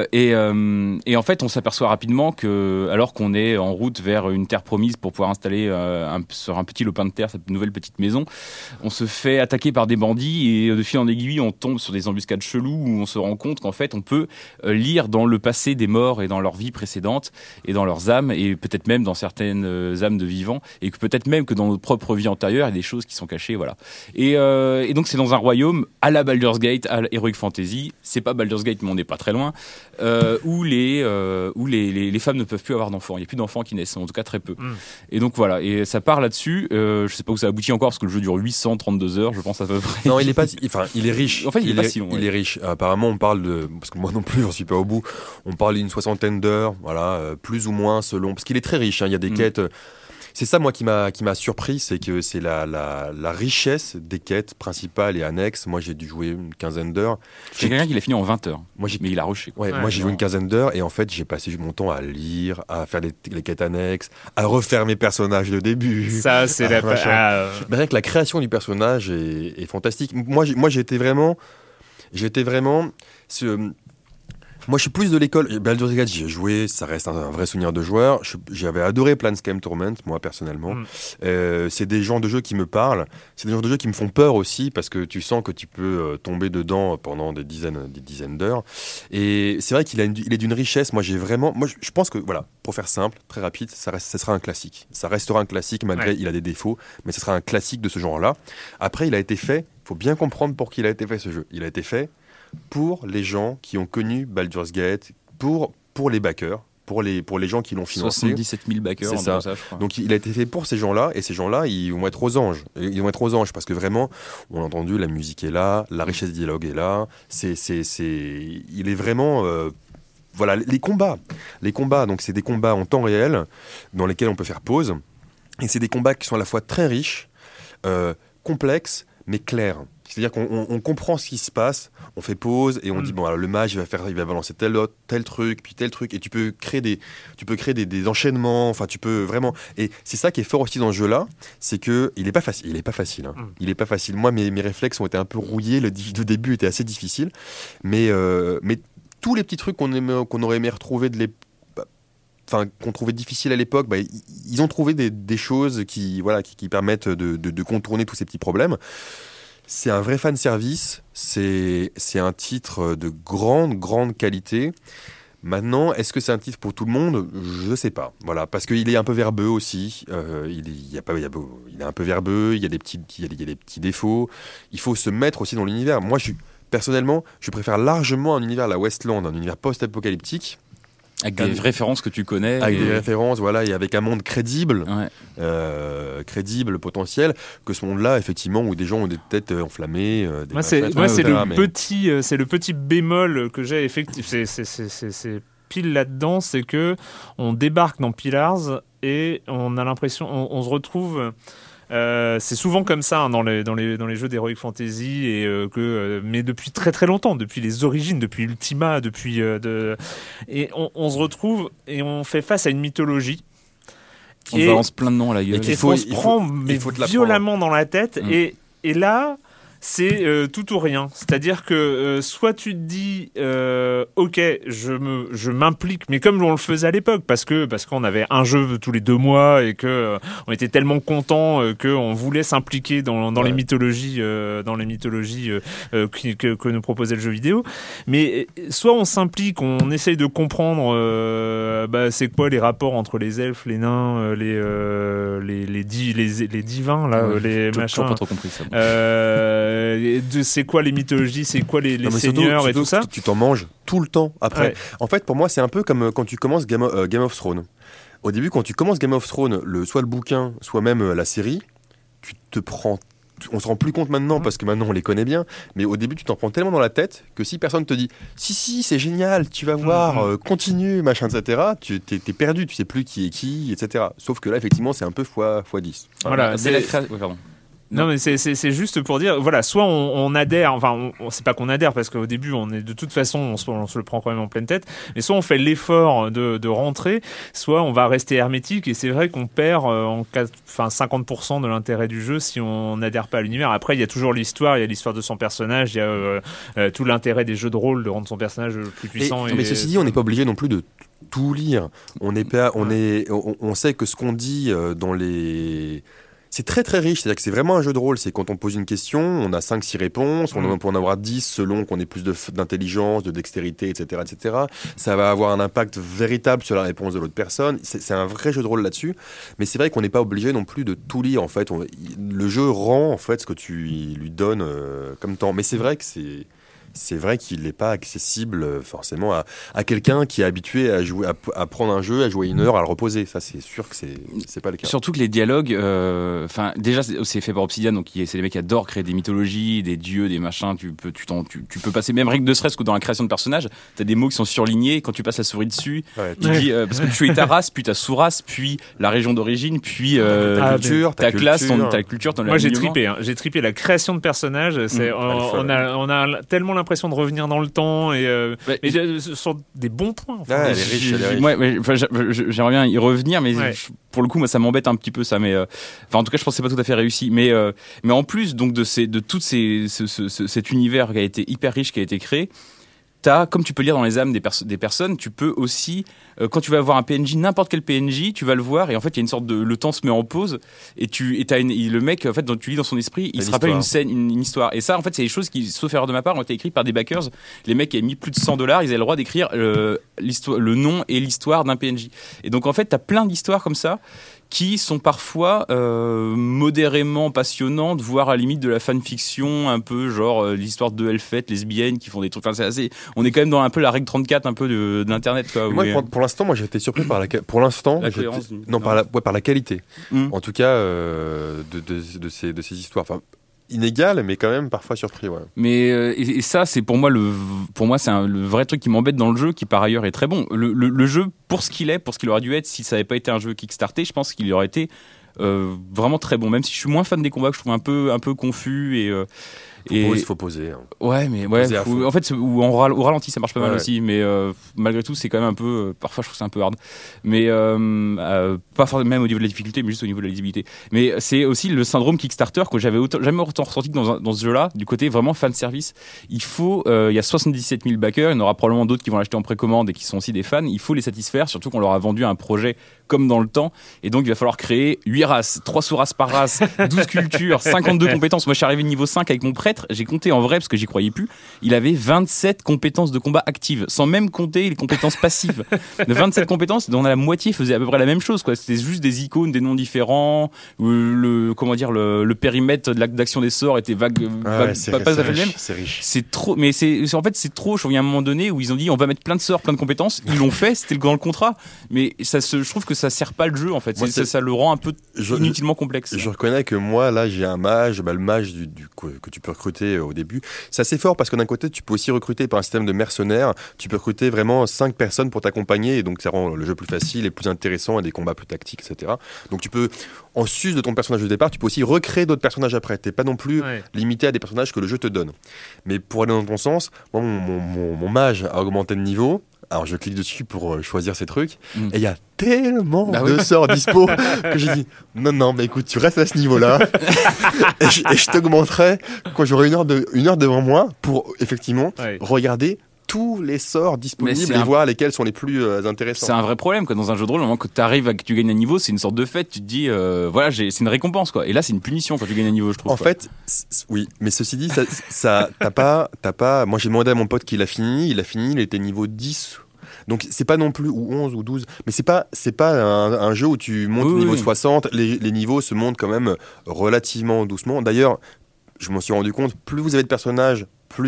en fait, on s'aperçoit rapidement que, alors qu'on est en route vers une terre promise pour pouvoir installer sur un petit lopin de terre cette nouvelle petite maison, on se fait attaquer par des bandits et de fil en aiguille, on tombe sur des embuscades cheloues où on se rend compte qu'en fait, on peut lire dans le passé des morts et dans leur vie précédente et dans leurs âmes et peut-être même dans certaines âmes de vivants et que peut-être même que dans notre propre vie antérieure, il y a des choses qui sont cachées, voilà. Et donc, c'est dans un royaume à la Baldur's Gate, à Heroic Fantasy. C'est pas Baldur's Gate, mais on n'est pas très loin, où les femmes ne peuvent plus avoir d'enfants. Il n'y a plus d'enfants qui naissent, en tout cas très peu. Et donc voilà, et ça part là-dessus. Je sais pas où ça aboutit encore parce que le jeu dure 832 heures, je pense à peu près. Non, il est pas. Enfin, il est riche. En fait, il est pas si long. Il est riche. Apparemment, on parle parce que moi non plus, j'en suis pas au bout. On parle d'une 60aine d'heures, voilà, plus ou moins selon. Parce qu'il est très riche. Il y a des quêtes. C'est ça, moi, qui m'a surpris, c'est que c'est la richesse des quêtes principales et annexes. Moi, j'ai dû jouer une quinzaine d'heures. J'ai quelqu'un qui l'a fini en 20 heures, mais il a rushé. Ouais, moi, j'ai joué une quinzaine d'heures et en fait, j'ai passé mon temps à lire, à faire les quêtes annexes, à refaire mes personnages de début. Ça, c'est Mais rien que la création du personnage est fantastique. Moi, j'étais vraiment... Moi, je suis plus de l'école. Baldur's Gate, j'y ai joué, ça reste un vrai souvenir de joueur. J'avais adoré Planescape Torment, moi, personnellement. C'est des genres de jeux qui me parlent. C'est des genres de jeux qui me font peur aussi, parce que tu sens que tu peux tomber dedans pendant des dizaines d'heures. Et c'est vrai qu'il est d'une richesse. Moi, je pense que, voilà, pour faire simple, très rapide, ça sera un classique. Ça restera un classique, malgré il a des défauts, mais ce sera un classique de ce genre-là. Après, il a été fait, il faut bien comprendre pour qui il a été fait, ce jeu. Il a été fait pour les gens qui ont connu Baldur's Gate, pour les backers, pour les gens qui l'ont financé. 77 000 backers. C'est ça. Ça, je crois. Donc il a été fait pour ces gens-là, et ces gens-là, ils vont être aux anges. Ils vont être aux anges parce que vraiment, on a entendu, la musique est là, la richesse du dialogue est là. Il est vraiment. Voilà, les combats. Donc c'est des combats en temps réel dans lesquels on peut faire pause, et c'est des combats qui sont à la fois très riches, complexes, mais clairs. C'est-à-dire qu'on comprend ce qui se passe, on fait pause et on dit bon alors le mage il va balancer tel truc puis tel truc et tu peux créer des enchaînements, enfin tu peux vraiment, et c'est ça qui est fort aussi dans ce jeu-là, c'est que il est pas facile, hein. Il est pas facile. Moi mes réflexes ont été un peu rouillés, le début était assez difficile, mais tous les petits trucs qu'on aurait aimé retrouver qu'on trouvait difficile à l'époque, ils ont trouvé des choses qui permettent de contourner tous ces petits problèmes. C'est un vrai fan service, c'est un titre de grande qualité. Maintenant, est-ce que c'est un titre pour tout le monde ? Je sais pas. Voilà, parce qu'il est un peu verbeux aussi. Il est un peu verbeux. Il y a des petits défauts. Il faut se mettre aussi dans l'univers. Moi, personnellement, je préfère largement un univers à la Westland, un univers post-apocalyptique. Avec des références que tu connais. Avec des références, voilà, et avec un monde crédible, potentiel, que ce monde-là, effectivement, où des gens ont des têtes enflammées. C'est le petit bémol que j'ai, effectivement. C'est pile là-dedans, c'est que on débarque dans Pillars et on a l'impression, on se retrouve. C'est souvent comme ça dans les jeux d'Heroic Fantasy mais depuis très très longtemps, depuis les origines, depuis Ultima, et on se retrouve et on fait face à une mythologie. On balance plein de noms à la gueule. Il faut se prendre violemment dans la tête et là c'est tout ou rien. C'est-à-dire que soit tu te dis ok, je m'implique, mais comme on le faisait à l'époque, parce qu'on avait un jeu tous les 2 mois et que on était tellement contents qu'on voulait s'impliquer dans les mythologies, que nous proposait le jeu vidéo. Mais soit on s'implique, on essaye de comprendre c'est quoi les rapports entre les elfes, les nains, les divins là, les machins. J'ai pas trop compris ça. C'est quoi les mythologies, c'est quoi les seigneurs et tout ça. Tu t'en manges tout le temps après. Ouais. En fait, pour moi, c'est un peu comme quand tu commences Game of Thrones. Au début, quand tu commences Game of Thrones, soit le bouquin, soit même la série, tu te prends. On se rend plus compte maintenant parce que maintenant on les connaît bien, mais au début tu t'en prends tellement dans la tête que si personne te dit si c'est génial, tu vas voir, continue, machin, etc., t'es perdu, tu sais plus qui est qui, etc. Sauf que là effectivement c'est un peu x10. Voilà, c'est la création. Pardon. Non, mais c'est juste pour dire, voilà, soit on adhère, enfin, c'est pas qu'on adhère parce qu'au début, on est de toute façon, on se le prend quand même en pleine tête, mais soit on fait l'effort de rentrer, soit on va rester hermétique, et c'est vrai qu'on perd 50% de l'intérêt du jeu si on n'adhère pas à l'univers. Après, il y a toujours l'histoire, il y a l'histoire de son personnage, il y a tout l'intérêt des jeux de rôle de rendre son personnage plus puissant. Mais ceci dit, on n'est pas obligé non plus de tout lire. On sait que ce qu'on dit dans les... C'est très très riche, c'est-à-dire que c'est vraiment un jeu de rôle. C'est quand on pose une question, on a 5-6 réponses, on peut en avoir 10 selon qu'on ait plus d'intelligence, de dextérité, etc., etc. Ça va avoir un impact véritable sur la réponse de l'autre personne. C'est un vrai jeu de rôle là-dessus. Mais c'est vrai qu'on n'est pas obligé non plus de tout lire. En fait, le jeu rend en fait ce que tu lui donnes comme temps. Mais c'est vrai que c'est vrai qu'il n'est pas accessible forcément à quelqu'un qui est habitué à jouer, à prendre un jeu, à jouer 1 heure, à le reposer. Ça, c'est sûr que c'est pas le cas. Surtout que les dialogues, déjà, c'est fait par Obsidian, donc c'est les mecs qui adorent créer des mythologies, des dieux, des machins. Tu peux passer même rien que ne serait-ce que dans la création de personnages. T'as des mots qui sont surlignés. Quand tu passes la souris dessus, tu dis parce que tu es ta race, puis ta sous-race, puis la région d'origine, puis ta classe, ta culture. Moi, j'ai trippé la création de personnages. On a tellement l'impression de revenir dans le temps et ce sont des bons points. Enfin, elle est riche. J'aimerais bien y revenir, mais pour le coup, moi, ça m'embête un petit peu ça. Mais en tout cas, je pense que c'est pas tout à fait réussi. Mais en plus donc de tout cet univers qui a été hyper riche, qui a été créé. Comme tu peux lire dans les âmes des personnes, tu peux aussi, quand tu vas voir un PNJ, n'importe quel PNJ, tu vas le voir et en fait il y a une sorte le temps se met en pause et le mec en fait tu lis dans son esprit, il se rappelle une scène, une histoire. Et ça en fait c'est des choses qui, sauf erreur de ma part, ont été écrites par des backers. Les mecs qui avaient mis plus de $100, ils avaient le droit d'écrire le nom et l'histoire d'un PNJ. Et donc en fait t'as plein d'histoires comme ça qui sont parfois modérément passionnantes, voire à la limite de la fanfiction, un peu genre l'histoire de elfettes lesbiennes qui font des trucs. Enfin, c'est assez. On est quand même dans un peu la règle 34 un peu de l'internet, quoi. Moi, pour l'instant, j'ai été surpris par la qualité. En tout cas, de ces histoires. Enfin, inégal, mais quand même parfois surpris. Ouais. Mais et ça, c'est pour moi c'est le vrai truc qui m'embête dans le jeu, qui par ailleurs est très bon. Le jeu, pour ce qu'il aurait dû être, si ça n'avait pas été un jeu Kickstarter, je pense qu'il aurait été vraiment très bon. Même si je suis moins fan des combats, que je trouve un peu confus Faut poser. Hein. Ouais, mais en fait, ou au ralenti, ça marche pas mal aussi. Mais malgré tout, c'est quand même un peu. Parfois, je trouve que c'est un peu hard. Mais pas forcément même au niveau de la difficulté, mais juste au niveau de la lisibilité. Mais c'est aussi le syndrome Kickstarter que j'avais jamais autant ressenti que dans ce jeu-là, du côté vraiment fan service. Il y a 77 000 backers. Il y en aura probablement d'autres qui vont l'acheter en précommande et qui sont aussi des fans. Il faut les satisfaire, surtout qu'on leur a vendu un projet comme dans le temps. Et donc, il va falloir créer 8 races, 3 sous-races par race, 12 cultures, 52 compétences. Moi, je suis arrivé niveau 5 avec mon prêtre. J'ai compté en vrai parce que j'y croyais plus. Il avait 27 compétences de combat actives, sans même compter les compétences passives. De 27 compétences, dont la moitié faisait à peu près la même chose, quoi. C'était juste des icônes, des noms différents. Le périmètre d'action des sorts était vague, pas tout à fait le même. C'est riche. C'est trop, mais en fait, c'est trop. Je trouve qu'il y a un moment donné où ils ont dit on va mettre plein de sorts, plein de compétences. Ils l'ont fait, c'était dans le contrat. Mais je trouve que ça sert pas le jeu, en fait. Moi, ça le rend un peu inutilement complexe. Je reconnais que moi, là, j'ai un mage, le mage que tu peux recruter au début. C'est assez fort parce que d'un côté, tu peux aussi recruter par un système de mercenaires. Tu peux recruter vraiment 5 personnes pour t'accompagner et donc ça rend le jeu plus facile et plus intéressant et des combats plus tactiques, etc. Donc tu peux, en sus de ton personnage de départ, tu peux aussi recréer d'autres personnages après. T'es pas non plus limité à des personnages que le jeu te donne. Mais pour aller dans ton sens, moi, mon mage a augmenté de niveau. Alors je clique dessus pour choisir ces trucs et il y a tellement de sorts dispo que j'ai dit non mais écoute, tu restes à ce niveau-là et je t'augmenterai quand j'aurai une heure devant moi pour effectivement regarder tous les sorts disponibles et voir lesquels sont les plus intéressants. C'est un vrai problème, quoi. Dans un jeu de rôle, au moment que tu arrives à que tu gagnes un niveau, c'est une sorte de fête. Tu te dis, c'est une récompense, quoi. Et là, c'est une punition quand tu gagnes un niveau, je trouve. En fait, oui. Mais ceci dit, ça t'as pas. Moi, j'ai demandé à mon pote qui l'a fini. Il était niveau 10. Donc c'est pas non plus, ou 11 ou 12, mais c'est pas un jeu où tu montes au niveau 60, les niveaux se montent quand même relativement doucement. D'ailleurs, je m'en suis rendu compte, plus vous avez de personnages,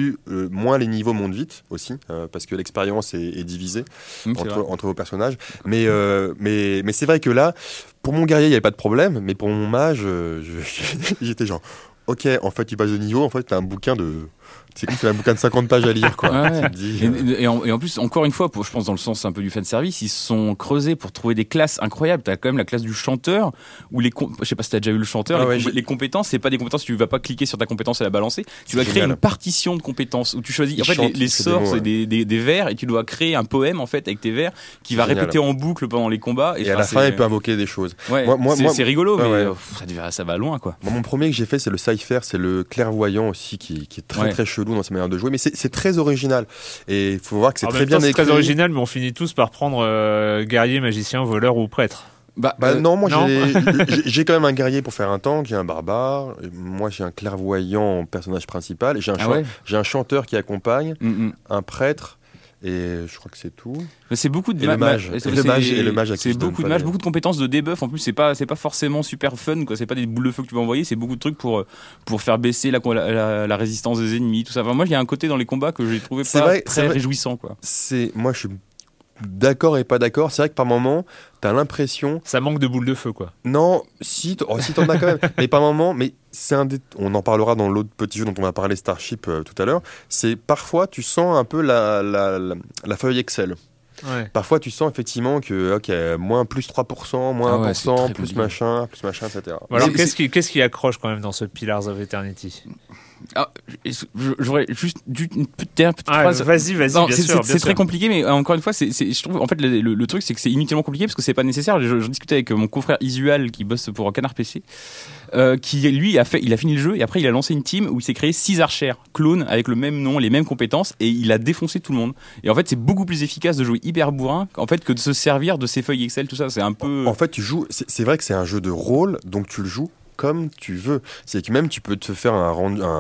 moins les niveaux montent vite aussi, parce que l'expérience est divisée entre vos personnages. Mais c'est vrai que là, pour mon guerrier, il n'y avait pas de problème, mais pour mon mage, j'étais genre, ok, en fait, tu passes de niveau, en fait, t'as un bouquin de... C'est comme si un bouquin de 50 pages à lire, quoi. Ouais. Et en plus, encore une fois, je pense dans le sens un peu du fanservice, ils se sont creusés pour trouver des classes incroyables. T'as quand même la classe du chanteur, où je sais pas si t'as déjà vu le chanteur, les compétences, c'est pas des compétences, tu vas pas cliquer sur ta compétence et la balancer. Tu vas créer une partition de compétences où tu choisis. En fait, les sorts, c'est des vers, et tu dois créer un poème, en fait, avec tes vers, qui va répéter en boucle pendant les combats. Et à la fin, il peut invoquer des choses. Ouais, c'est rigolo, mais ça va loin, quoi. Mon premier que j'ai fait, c'est le Cypher, c'est le clairvoyant aussi, qui est très très chelou dans sa manière de jouer, mais c'est très original et il faut voir que c'est très bien écrit. C'est très original, mais on finit tous par prendre guerrier, magicien, voleur ou prêtre. Non, moi j'ai quand même un guerrier pour faire un tank, j'ai un barbare, moi j'ai un clairvoyant personnage principal, et j'ai un chanteur qui accompagne, un prêtre. Et je crois que c'est tout. Mais c'est beaucoup de le mage. C'est beaucoup de mages, beaucoup de compétences de debuff. En plus, c'est pas forcément super fun, quoi. C'est pas des boules de feu que tu vas envoyer. C'est beaucoup de trucs pour faire baisser la résistance des ennemis, tout ça. Enfin, moi, il y a un côté dans les combats que j'ai trouvé très réjouissant, quoi. Moi, je suis d'accord et pas d'accord. C'est vrai que par moment, t'as l'impression... Ça manque de boules de feu, quoi. Non, si t'en as quand même. Mais par moment, on en parlera dans l'autre petit jeu dont on va parler, Starship, tout à l'heure. C'est parfois, tu sens un peu la feuille Excel. Ouais. Parfois, tu sens effectivement que, moins plus 3%, moins 1%, plus machin, etc. Alors, qu'est-ce qui accroche quand même dans ce Pillars of Eternity ? J'aurais juste une petite phrase. Vas-y, c'est très compliqué, mais encore une fois, je trouve en fait le truc, c'est que c'est inutilement compliqué parce que c'est pas nécessaire. Je discutais avec mon confrère Isual qui bosse pour Canard PC, qui lui il a fini le jeu et après il a lancé une team où il s'est créé 6 archères clones avec le même nom, les mêmes compétences, et il a défoncé tout le monde. Et en fait, c'est beaucoup plus efficace de jouer hyper bourrin en fait que de se servir de ces feuilles Excel, tout ça. C'est un peu. En fait, tu joues. C'est vrai que c'est un jeu de rôle, donc tu le joues comme tu veux. C'est que même tu peux te faire un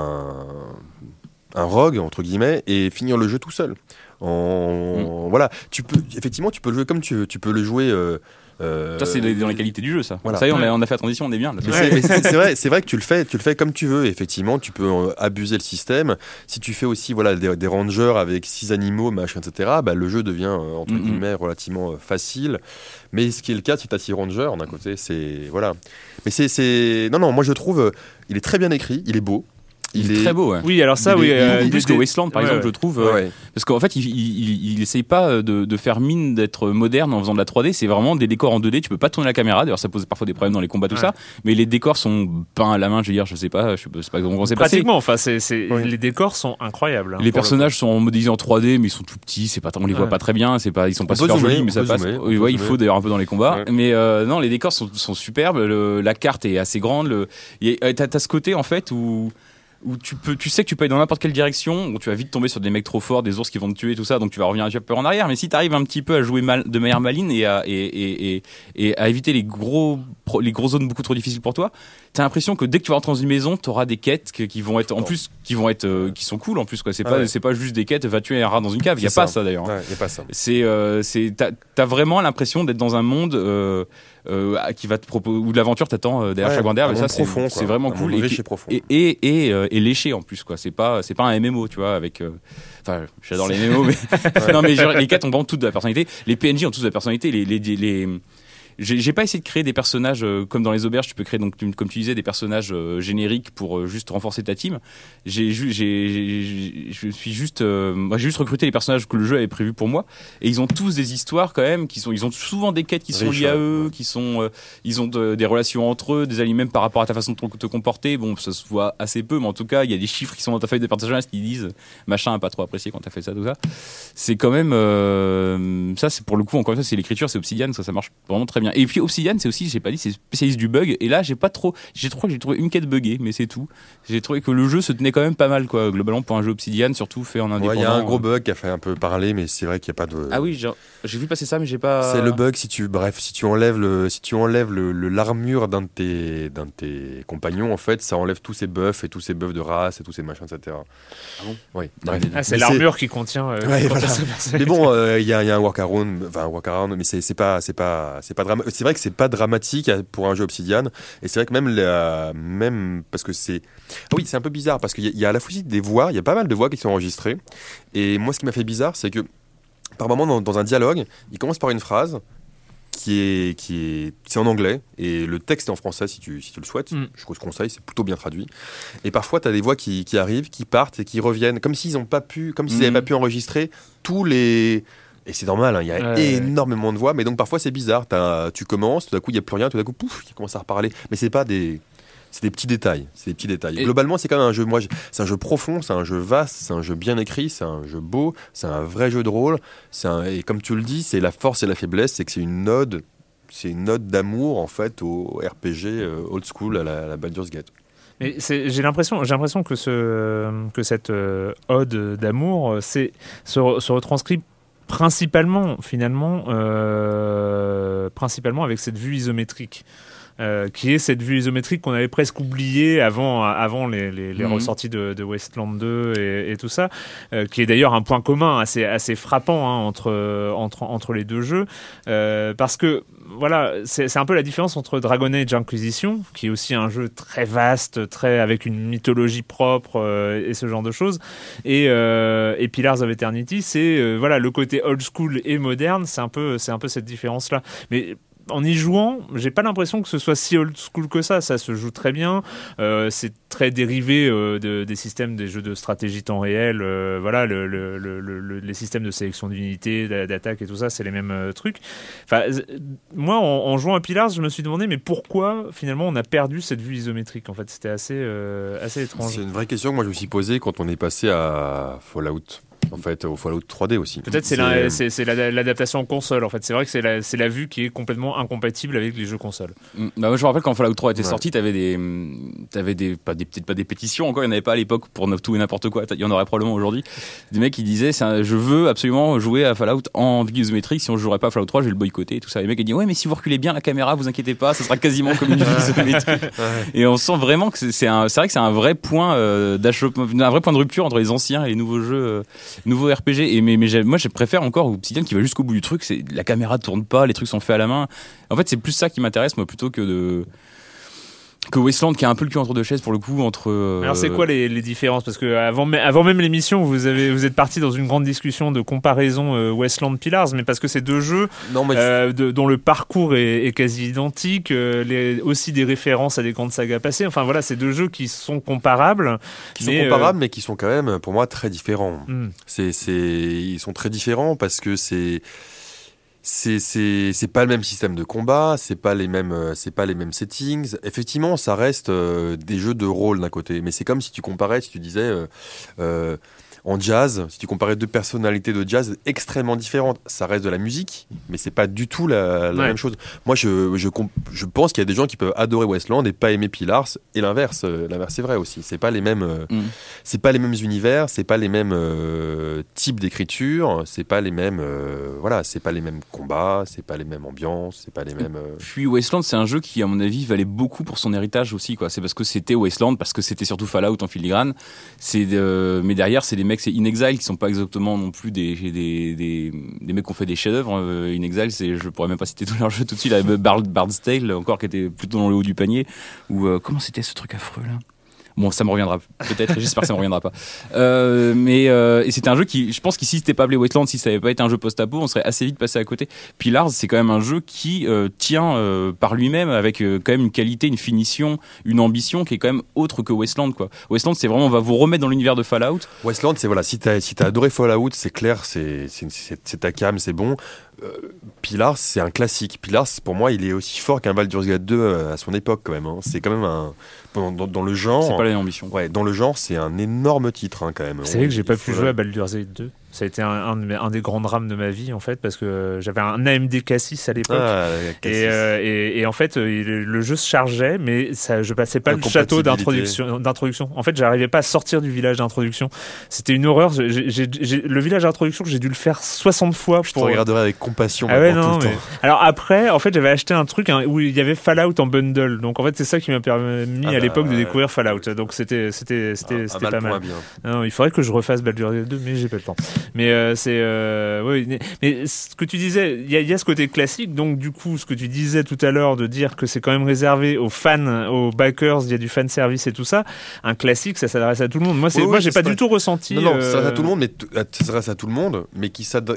rogue entre guillemets et finir le jeu tout seul. Voilà, tu peux le jouer comme tu veux. Tu peux le jouer. Ça, c'est dans les qualités du jeu, ça. Voilà. Ça y est, on a fait la transition, on est bien. Là. C'est vrai que tu le fais comme tu veux. Effectivement, tu peux abuser le système. Si tu fais aussi des rangers avec 6 animaux, machin, etc., le jeu devient entre guillemets relativement facile. Mais ce qui est le cas, si tu as 6 rangers d'un côté, c'est voilà. Mais non, moi je trouve, il est très bien écrit, il est beau. Il est très beau. Ouais. Oui, alors ça, il est plus que Wasteland, par exemple, je trouve. Parce qu'en fait, il essaye pas de faire mine d'être moderne en faisant de la 3D. C'est vraiment des décors en 2D. Tu peux pas tourner la caméra. D'ailleurs, ça pose parfois des problèmes dans les combats, tout ça. Mais les décors sont peints à la main. Je veux dire, je sais pas comment c'est passé. Pratiquement. Enfin, les décors sont incroyables. Les personnages sont modélisés en 3D, mais ils sont tout petits. C'est pas, on les voit pas très bien. Ils sont pas super jolis, mais ça passe. Il faut d'ailleurs un peu dans les combats. Mais non, les décors sont superbes. La carte est assez grande. T'as ce côté en fait où tu sais que tu peux aller dans n'importe quelle direction, où tu vas vite tomber sur des mecs trop forts, des ours qui vont te tuer, tout ça, donc tu vas revenir un petit peu en arrière. Mais si tu arrives un petit peu à jouer de manière maligne et à éviter les grosses zones beaucoup trop difficiles pour toi, t'as l'impression que dès que tu vas rentrer dans une maison, t'auras des quêtes qui vont être en plus, qui sont cool en plus, quoi. C'est pas juste des quêtes, va tuer un rat dans une cave. Il y a pas ça d'ailleurs. Il y a pas ça. T'as vraiment l'impression d'être dans un monde qui va te proposer, où l'aventure t'attend derrière chaque d'herbe, et ça c'est vraiment cool et léché en plus, quoi. C'est pas un MMO, tu vois, avec enfin j'adore les MMO, mais non, mais les quêtes ont vraiment toutes de la personnalité, les PNJ ont tous de la personnalité, j'ai pas essayé de créer des personnages comme dans les auberges. Tu peux créer, donc, comme tu disais, des personnages génériques pour juste renforcer ta team. J'ai juste recruté les personnages que le jeu avait prévu pour moi, et ils ont tous des histoires quand même ils ont souvent des quêtes qui sont liées à eux, ils ont des relations entre eux, des alliés même par rapport à ta façon de te comporter. Bon, ça se voit assez peu, mais en tout cas, il y a des chiffres qui sont dans ta feuille de personnage qui disent machin a pas trop apprécié quand t'as fait ça, tout ça. C'est quand même ça, c'est pour le coup, encore une fois, c'est l'écriture, c'est Obsidian, ça marche vraiment très bien. Et puis Obsidian, c'est aussi, j'ai pas dit, c'est spécialiste du bug. Et là, j'ai trouvé une quête buggée, mais c'est tout. J'ai trouvé que le jeu se tenait quand même pas mal, quoi, globalement, pour un jeu Obsidian, surtout fait en indépendant. Il y a un gros bug qui a fait un peu parler, mais c'est vrai qu'il y a pas de. Ah oui, j'ai vu passer ça, mais j'ai pas. C'est le bug si tu enlèves l'armure d'un de tes compagnons, en fait, ça enlève tous ces buffs de race et tous ces machins, etc. Ah bon? Oui. C'est l'armure qui contient. Voilà. Mais bon, il y a un workaround, mais c'est pas dramatique. C'est vrai que c'est pas dramatique pour un jeu Obsidian, et c'est vrai que même parce que c'est un peu bizarre, parce qu'il y a à la fois des voix, il y a pas mal de voix qui sont enregistrées, et moi ce qui m'a fait bizarre, c'est que par moment dans un dialogue, il commence par une phrase c'est en anglais, et le texte est en français si tu le souhaites. Je te conseille, c'est plutôt bien traduit. Et parfois tu as des voix qui arrivent, qui partent et qui reviennent, comme s'ils n'avaient pas pu enregistrer tous les. Et c'est normal, il y a énormément de voix, mais donc parfois c'est bizarre. Tu commences, tout d'un coup il n'y a plus rien, tout d'un coup pouf, il commence à reparler. Mais c'est des petits détails. Globalement, c'est quand même un jeu. C'est un jeu profond, c'est un jeu vaste, c'est un jeu bien écrit, c'est un jeu beau, c'est un vrai jeu de rôle. Et comme tu le dis, c'est la force et la faiblesse, c'est que c'est une ode d'amour en fait au RPG old school à la Baldur's Gate. Mais j'ai l'impression que cette ode d'amour se retranscrit principalement avec cette vue isométrique. Qui est cette vue isométrique qu'on avait presque oubliée avant les ressorties de Wasteland 2 et tout ça, qui est d'ailleurs un point commun assez frappant entre les deux jeux, parce que voilà, c'est un peu la différence entre Dragon Age Inquisition, qui est aussi un jeu très vaste, avec une mythologie propre et ce genre de choses, et Pillars of Eternity, c'est voilà, le côté old school et moderne, c'est un peu cette différence là. Mais en y jouant, j'ai pas l'impression que ce soit si old school que ça. Ça se joue très bien. C'est très dérivé des systèmes des jeux de stratégie temps réel. Voilà, les systèmes de sélection d'unités, d'attaque et tout ça, c'est les mêmes trucs. Enfin, moi, en jouant à Pillars, je me suis demandé, mais pourquoi finalement on a perdu cette vue isométrique? En fait, c'était assez étrange. C'est une vraie question que moi je me suis posée quand on est passé à Fallout. En fait, au Fallout 3D aussi. Peut-être c'est l'adaptation en console. En fait, c'est vrai que c'est la vue qui est complètement incompatible avec les jeux consoles. Moi, je me rappelle quand Fallout 3 était sorti, t'avais peut-être pas des pétitions encore, il n'y en avait pas à l'époque pour tout et n'importe quoi. Il y en aurait probablement aujourd'hui. Des mecs qui disaient je veux absolument jouer à Fallout en vue isométrique. Si on ne jouerait pas à Fallout 3, je vais le boycotter et tout ça. Les mecs ils disent ouais, mais si vous reculez bien la caméra, vous inquiétez pas, ça sera quasiment comme une vue isométrique. Et on sent vraiment que c'est vrai que c'est un vrai point un vrai point de rupture entre les anciens et les nouveaux jeux. Nouveau RPG, mais moi je préfère encore Obsidian qui va jusqu'au bout du truc. C'est la caméra tourne pas, les trucs sont faits à la main. En fait, c'est plus ça qui m'intéresse moi plutôt que de. que Wasteland, qui a un peu le cul entre deux chaises pour le coup entre. Alors c'est quoi les différences? Parce que avant même l'émission, vous êtes parti dans une grande discussion de comparaison Wasteland Pillars, mais parce que c'est deux jeux dont le parcours est quasi identique, aussi des références à des grandes sagas passées. Enfin voilà, c'est deux jeux qui sont comparables, mais qui sont quand même pour moi très différents. Ils sont très différents parce que c'est pas le même système de combat, c'est pas les mêmes settings. Effectivement, ça reste des jeux de rôle d'un côté, mais c'est comme si tu comparais, si tu disais en jazz, si tu comparais deux personnalités de jazz extrêmement différentes, ça reste de la musique, mais c'est pas du tout la même chose. Moi, je pense qu'il y a des gens qui peuvent adorer Wasteland et pas aimer Pillars, et l'inverse est vrai aussi. C'est pas les mêmes, c'est pas les mêmes univers, c'est pas les mêmes types d'écriture, c'est pas les mêmes, c'est pas les mêmes combats, c'est pas les mêmes ambiances, c'est pas les mêmes. Puis Wasteland, c'est un jeu qui, à mon avis, valait beaucoup pour son héritage aussi, quoi. C'est parce que c'était Wasteland, parce que c'était surtout Fallout en filigrane. Mais derrière, c'est des mecs, c'est In Exile, qui sont pas exactement non plus des mecs qui ont fait des chefs-d'œuvre. In Exile, je pourrais même pas citer tous leurs jeux tout de suite. Il y avait Bard's Tale, encore, qui était plutôt dans le haut du panier. Ou comment c'était ce truc affreux là? Bon, ça me reviendra peut-être, j'espère que ça me reviendra pas. Et c'était un jeu qui, je pense qu'ici, si c'était pas appelé Wasteland, si ça avait pas été un jeu post-apo, on serait assez vite passé à côté. Pillars, c'est quand même un jeu qui tient par lui-même, avec quand même une qualité, une finition, une ambition qui est quand même autre que Wasteland, quoi. Wasteland, c'est vraiment, on va vous remettre dans l'univers de Fallout. Wasteland, c'est si t'as adoré Fallout, c'est clair, c'est ta cam, c'est bon. Pillars, c'est un classique. Pillars, pour moi, il est aussi fort qu'un Baldur's Gate 2 à son époque, quand même. C'est quand même dans le genre. C'est pas la même ambition. Ouais, dans le genre, c'est un énorme titre, quand même. C'est vrai que j'ai pas pu jouer à Baldur's Gate 2. Ça a été un des grands drames de ma vie, en fait, parce que j'avais un AMD Cassis à l'époque. Et en fait, le jeu se chargeait, mais je passais pas le château d'introduction. En fait, j'arrivais pas à sortir du village d'introduction. C'était une horreur. Le village d'introduction, j'ai dû le faire 60 fois. Je te regarderai avec compassion. Ah ouais, non, tout le temps. Alors après, en fait, j'avais acheté un truc où il y avait Fallout en bundle. Donc en fait, c'est ça qui m'a permis à l'époque de découvrir Fallout. Donc c'était pas mal. Non, il faudrait que je refasse Baldur's Gate 2, mais j'ai pas le temps. Mais mais ce que tu disais, il y a ce côté classique. Donc du coup, ce que tu disais tout à l'heure de dire que c'est quand même réservé aux fans, aux backers, il y a du fan service et tout ça. Un classique, ça s'adresse à tout le monde. Moi, j'ai pas du tout ressenti. Non, ça s'adresse à tout le monde, mais ça s'adresse à tout le monde, mais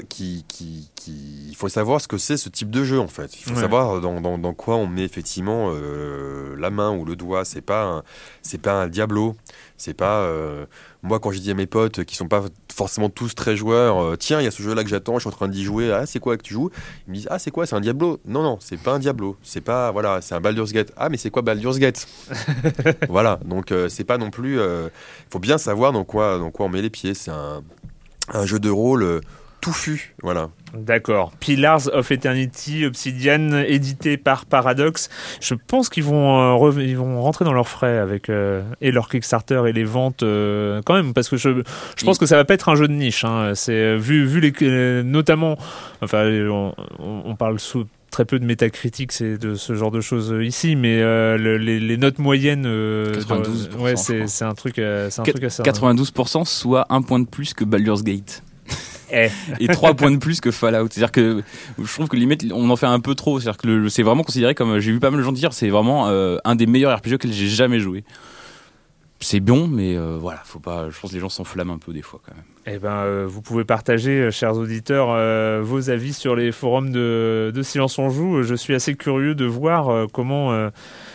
il faut savoir ce que c'est ce type de jeu, en fait. Il faut savoir dans quoi on met effectivement la main ou le doigt. C'est pas un Diablo. C'est pas moi, quand j'ai dit à mes potes qui sont pas forcément tous très joueurs, tiens, il y a ce jeu là que j'attends, je suis en train d'y jouer. Ah, c'est quoi que tu joues? Ils me disent, ah, c'est quoi? C'est un Diablo? Non, c'est pas un Diablo. C'est pas, voilà, c'est un Baldur's Gate. Ah, mais c'est quoi Baldur's Gate? Voilà, donc c'est pas non plus. Faut bien savoir dans quoi on met les pieds. C'est un jeu de rôle touffu, voilà. D'accord. Pillars of Eternity, Obsidian, édité par Paradox. Je pense qu'ils vont rentrer dans leurs frais avec et leur Kickstarter et les ventes quand même, parce que je pense que ça va pas être un jeu de niche. Hein. C'est vu les notamment, enfin, on parle très peu de métacritique, c'est de ce genre de choses ici, mais les notes moyennes 92%, ouais, c'est un truc assez 92%, soit un point de plus que Baldur's Gate. Et 3 points de plus que Fallout. C'est-à-dire que je trouve que limite on en fait un peu trop. C'est-à-dire que c'est vraiment considéré comme, j'ai vu pas mal de gens dire, c'est vraiment un des meilleurs RPG auxquels j'ai jamais joué. C'est bon, mais voilà, faut pas. Je pense que les gens s'enflamment un peu des fois quand même. Eh ben, vous pouvez partager, chers auditeurs, vos avis sur les forums de Silence on Joue. Je suis assez curieux de voir comment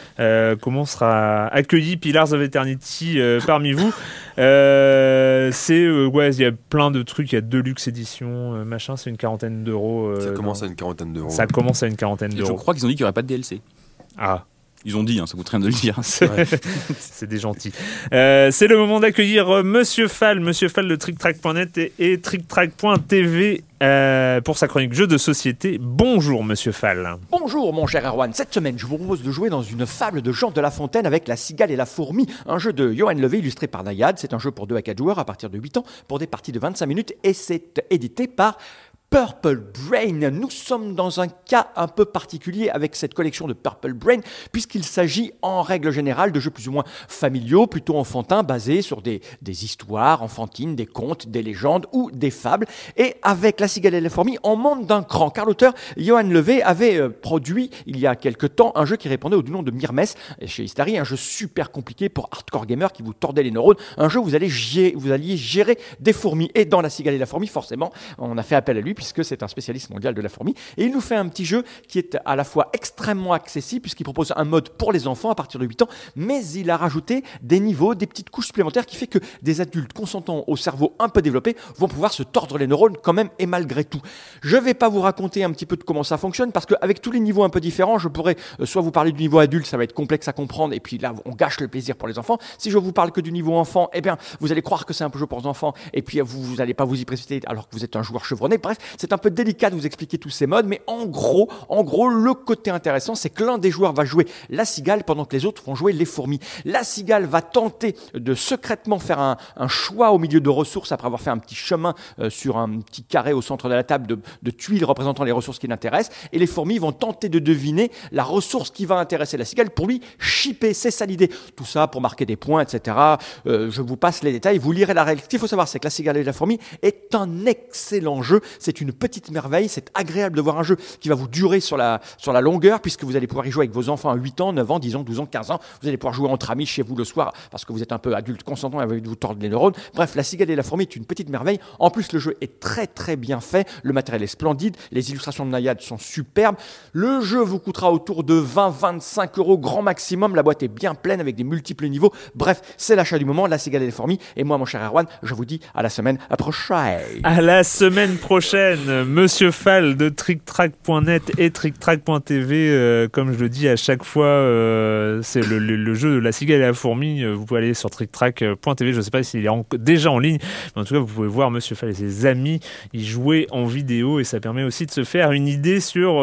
sera accueilli Pillars of Eternity parmi vous. Il y a plein de trucs, il y a Deluxe édition, machin, c'est une quarantaine d'euros. Ça commence à une quarantaine d'euros. Ça commence à une quarantaine d'euros. Je crois qu'ils ont dit qu'il n'y aurait pas de DLC. Ah. Ils ont dit, ça coûte rien de le dire. C'est des gentils. C'est le moment d'accueillir Monsieur Fall de TrickTrack.net et TrickTrack.tv pour sa chronique jeux de société. Bonjour Monsieur Fall. Bonjour mon cher Erwan. Cette semaine, je vous propose de jouer dans une fable de Jean de La Fontaine avec La Cigale et la Fourmi, un jeu de Johan Levé illustré par Nayad. C'est un jeu pour 2 à 4 joueurs à partir de 8 ans pour des parties de 25 minutes et c'est édité par Purple Brain. Nous sommes dans un cas un peu particulier avec cette collection de Purple Brain, puisqu'il s'agit en règle générale de jeux plus ou moins familiaux, plutôt enfantins, basés sur des histoires enfantines, des contes, des légendes ou des fables. Et avec La Cigale et la Fourmi, on monte d'un cran, car l'auteur Johan Levé avait produit il y a quelque temps un jeu qui répondait au nom de Myrmes chez Istari, un jeu super compliqué pour hardcore gamers qui vous tordait les neurones, un jeu où vous alliez gérer des fourmis. Et dans La Cigale et la Fourmi, forcément, on a fait appel à lui puisque c'est un spécialiste mondial de la fourmi. Et il nous fait un petit jeu qui est à la fois extrêmement accessible puisqu'il propose un mode pour les enfants à partir de 8 ans, mais il a rajouté des niveaux, des petites couches supplémentaires qui fait que des adultes consentants au cerveau un peu développé vont pouvoir se tordre les neurones quand même et malgré tout. Je vais pas vous raconter un petit peu de comment ça fonctionne parce qu'avec tous les niveaux un peu différents, je pourrais soit vous parler du niveau adulte, ça va être complexe à comprendre et puis là on gâche le plaisir pour les enfants. Si je vous parle que du niveau enfant, eh bien vous allez croire que c'est un peu jeu pour les enfants et puis vous allez pas vous y précipiter alors que vous êtes un joueur chevronné. Bref, c'est un peu délicat de vous expliquer tous ces modes, mais en gros, le côté intéressant, c'est que l'un des joueurs va jouer la cigale pendant que les autres vont jouer les fourmis. La cigale va tenter de secrètement faire un choix au milieu de ressources après avoir fait un petit chemin sur un petit carré au centre de la table de tuiles représentant les ressources qui l'intéressent, et les fourmis vont tenter de deviner la ressource qui va intéresser la cigale pour lui chipper. C'est ça l'idée. Tout ça pour marquer des points, etc. Je vous passe les détails, vous lirez la règle. Ce qu'il faut savoir, c'est que La Cigale et la Fourmi est un excellent jeu. C'est une petite merveille. C'est agréable de voir un jeu qui va vous durer sur la longueur, puisque vous allez pouvoir y jouer avec vos enfants à 8 ans, 9 ans, 10 ans, 12 ans, 15 ans. Vous allez pouvoir jouer entre amis chez vous le soir, parce que vous êtes un peu adulte consentant et vous tordre les neurones. Bref, La Cigale et la Fourmi est une petite merveille. En plus, le jeu est très très bien fait. Le matériel est splendide. Les illustrations de Nayad sont superbes. Le jeu vous coûtera autour de 20-25 € grand maximum. La boîte est bien pleine avec des multiples niveaux. Bref, c'est l'achat du moment. La Cigale et les Fourmis. Et moi, mon cher Erwan, je vous dis à la semaine prochaine. À la semaine prochaine, Monsieur Fall de TrickTrack.net et TrickTrack.tv. Comme je le dis à chaque fois, c'est le jeu de La Cigale et la Fourmi. Vous pouvez aller sur TrickTrack.tv. Je ne sais pas s'il est déjà en ligne, mais en tout cas, vous pouvez voir Monsieur Fall et ses amis y jouer en vidéo, et ça permet aussi de se faire une idée sur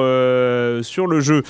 le jeu.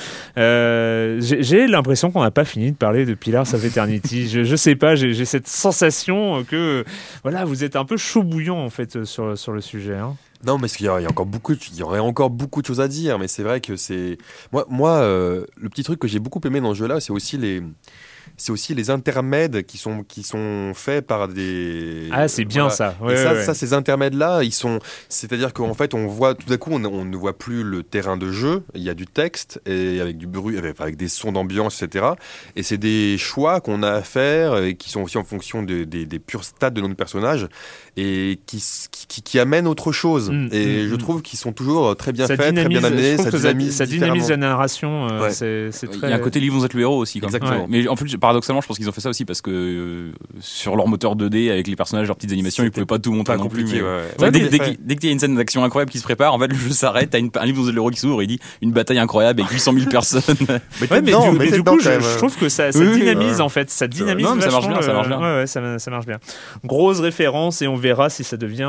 J'ai l'impression qu'on n'a pas fini de parler de Pillars of Eternity. Je sais pas, j'ai cette sensation que voilà, vous êtes un peu chaud bouillant en fait sur le sujet. Hein. Non, mais il y aurait encore beaucoup de choses à dire, mais c'est vrai que c'est moi le petit truc que j'ai beaucoup aimé dans ce jeu-là, c'est aussi les intermèdes qui sont faits par des... Ah, c'est bien voilà. ça. Ouais, ça, ces intermèdes-là, c'est-à-dire qu'en fait, on voit tout à coup, on ne voit plus le terrain de jeu. Il y a du texte et avec du bruit, avec des sons d'ambiance, etc. Et c'est des choix qu'on a à faire et qui sont aussi en fonction des purs stats de notre personnage et qui amènent autre chose. Je trouve qu'ils sont toujours très bien faits, très bien amenés. Ça dynamise la narration. Ouais. C'est très... Il y a un côté livre, vous êtes le héros aussi. Exactement. Ouais. Mais en plus, paradoxalement, je pense qu'ils ont fait ça aussi parce que sur leur moteur 2D avec les personnages, leurs petites animations, ils pouvaient pas tout montrer non plus. Mais... Dès qu'il y a une scène d'action incroyable qui se prépare, en fait, le jeu s'arrête. T'as un livre, vous êtes le héros qui s'ouvre et il dit une bataille incroyable avec 800 000 personnes. mais du coup, je trouve que ça dynamise en fait. Ça dynamise. Non, mais ça marche bien. Ouais, ça marche bien. Grosse référence, et on verra si ça devient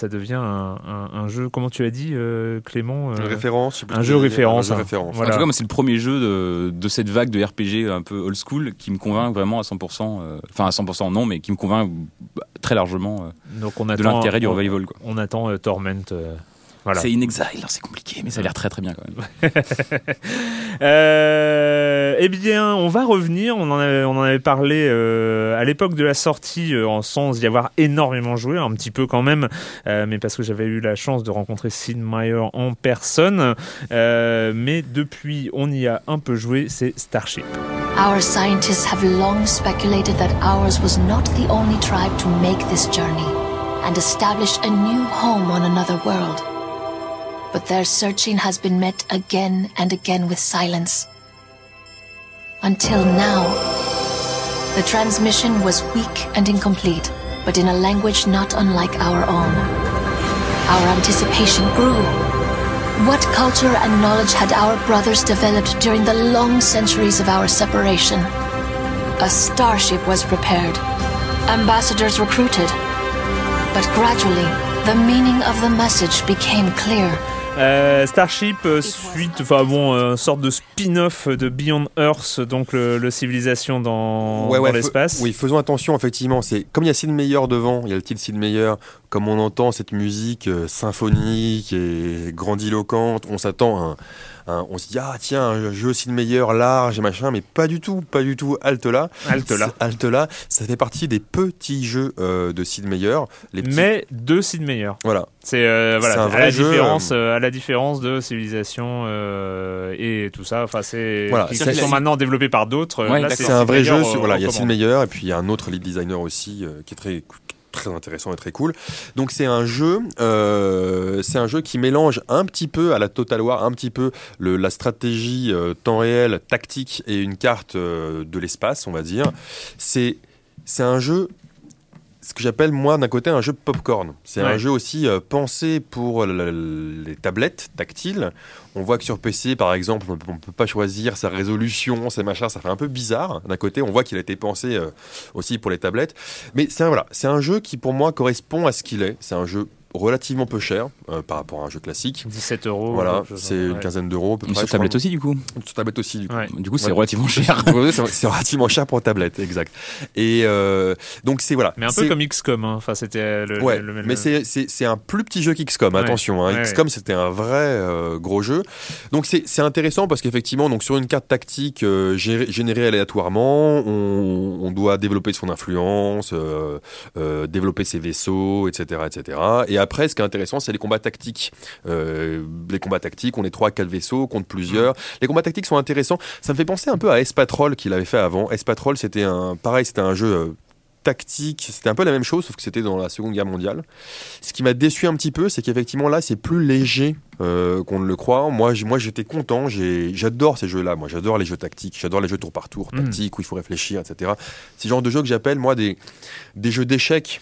un jeu. Comment tu as dit, Clément? Un jeu référence. En tout cas, moi, c'est le premier jeu de cette vague de RPG un peu old school qui me convainc vraiment à 100%. Enfin, à 100% non, mais qui me convainc très largement de l'intérêt du revival. Quoi. On attend Torment. Voilà. C'est In Exile, c'est compliqué, mais ça a l'air très très bien quand même. Eh bien, on va revenir. On en avait parlé à l'époque de la sortie, sans y avoir énormément joué, un petit peu quand même, mais parce que j'avais eu la chance de rencontrer Sid Meier en personne. Mais depuis, on y a un peu joué. C'est Starship. Our scientists have long speculated that ours was not the only tribe to make this journey and establish a new home on another world. But their searching has been met again and again with silence. Until now. The transmission was weak and incomplete, but in a language not unlike our own. Our anticipation grew. What culture and knowledge had our brothers developed during the long centuries of our separation? A starship was prepared. Ambassadors recruited. But gradually, the meaning of the message became clear. Starship, sorte de spin-off de Beyond Earth, donc le civilisation dans l'espace. Oui, faisons attention, effectivement. C'est comme il y a Sid Meier devant, il y a le titre Sid Meier. comme on entend cette musique symphonique et grandiloquente, on s'attend on se dit tiens, un jeu Sid Meier large et machin, mais pas du tout, halte là, ça fait partie des petits jeux de Sid Meier, mais de Sid Meier. Voilà. C'est un vrai à jeu, la différence de Civilisation et tout ça. Enfin, qui sont maintenant développés par d'autres. Là, c'est un vrai jeu. Il y a Sid Meier et puis il y a un autre lead designer aussi qui est très intéressant et très cool. Donc c'est un jeu qui mélange un petit peu à la Total War, un petit peu la stratégie temps réel, tactique et une carte de l'espace, on va dire. C'est un jeu, ce que j'appelle moi d'un côté un jeu popcorn. C'est un jeu aussi pensé pour les tablettes tactiles. On voit que sur PC, par exemple, on ne peut pas choisir sa résolution, ses machins, ça fait un peu bizarre. D'un côté, on voit qu'il a été pensé aussi pour les tablettes. Mais c'est un jeu qui, pour moi, correspond à ce qu'il est. C'est un jeu relativement peu cher par rapport à un jeu classique. 17 €. Voilà, c'est une quinzaine d'euros à peu près. Sur tablette aussi, du coup. Sur tablette aussi, du coup. Ouais. Du coup, c'est relativement cher. C'est relativement cher pour tablette, exact. Et donc, c'est voilà. Mais un peu comme XCOM, hein. Enfin, c'était le même. Mais c'est un plus petit jeu qu'XCOM, attention. Hein. XCOM, c'était un vrai gros jeu. Donc, c'est intéressant parce qu'effectivement, donc, sur une carte tactique générée aléatoirement, on doit développer son influence, développer ses vaisseaux, etc., etc. Et après, ce qui est intéressant, c'est les combats tactiques. Les combats tactiques, on est 3-4 vaisseaux contre plusieurs. Les combats tactiques sont intéressants. Ça me fait penser un peu à S-Patrol qu'il avait fait avant. S-Patrol, c'était un jeu tactique. C'était un peu la même chose, sauf que c'était dans la Seconde Guerre mondiale. Ce qui m'a déçu un petit peu, c'est qu'effectivement là, c'est plus léger qu'on ne le croit. Moi, j'étais content. J'adore ces jeux-là. Moi, j'adore les jeux tactiques. J'adore les jeux tour par tour, tactiques, où il faut réfléchir, etc. C'est le genre de jeu que j'appelle, moi, des jeux d'échecs.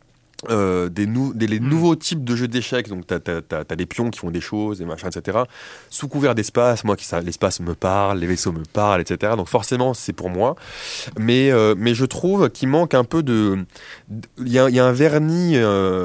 Les nouveaux types de jeux d'échecs, donc t'as des pions qui font des choses, des machins, etc. Sous couvert d'espace, l'espace me parle, les vaisseaux me parlent, etc. Donc forcément, c'est pour moi. Mais je trouve qu'il manque un peu il y a un vernis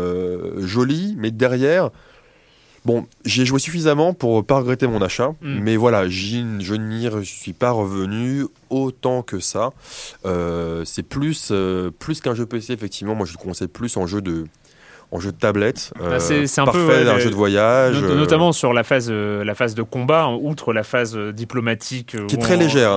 joli, mais derrière. Bon, j'ai joué suffisamment pour pas regretter mon achat, mais voilà, je n'y suis pas revenu autant que ça. C'est plus qu'un jeu PC, effectivement. Moi, je le conseille plus en jeu de tablette, c'est un parfait d'un jeu de voyage. Notamment sur la phase de combat, outre la phase diplomatique. Qui est très légère.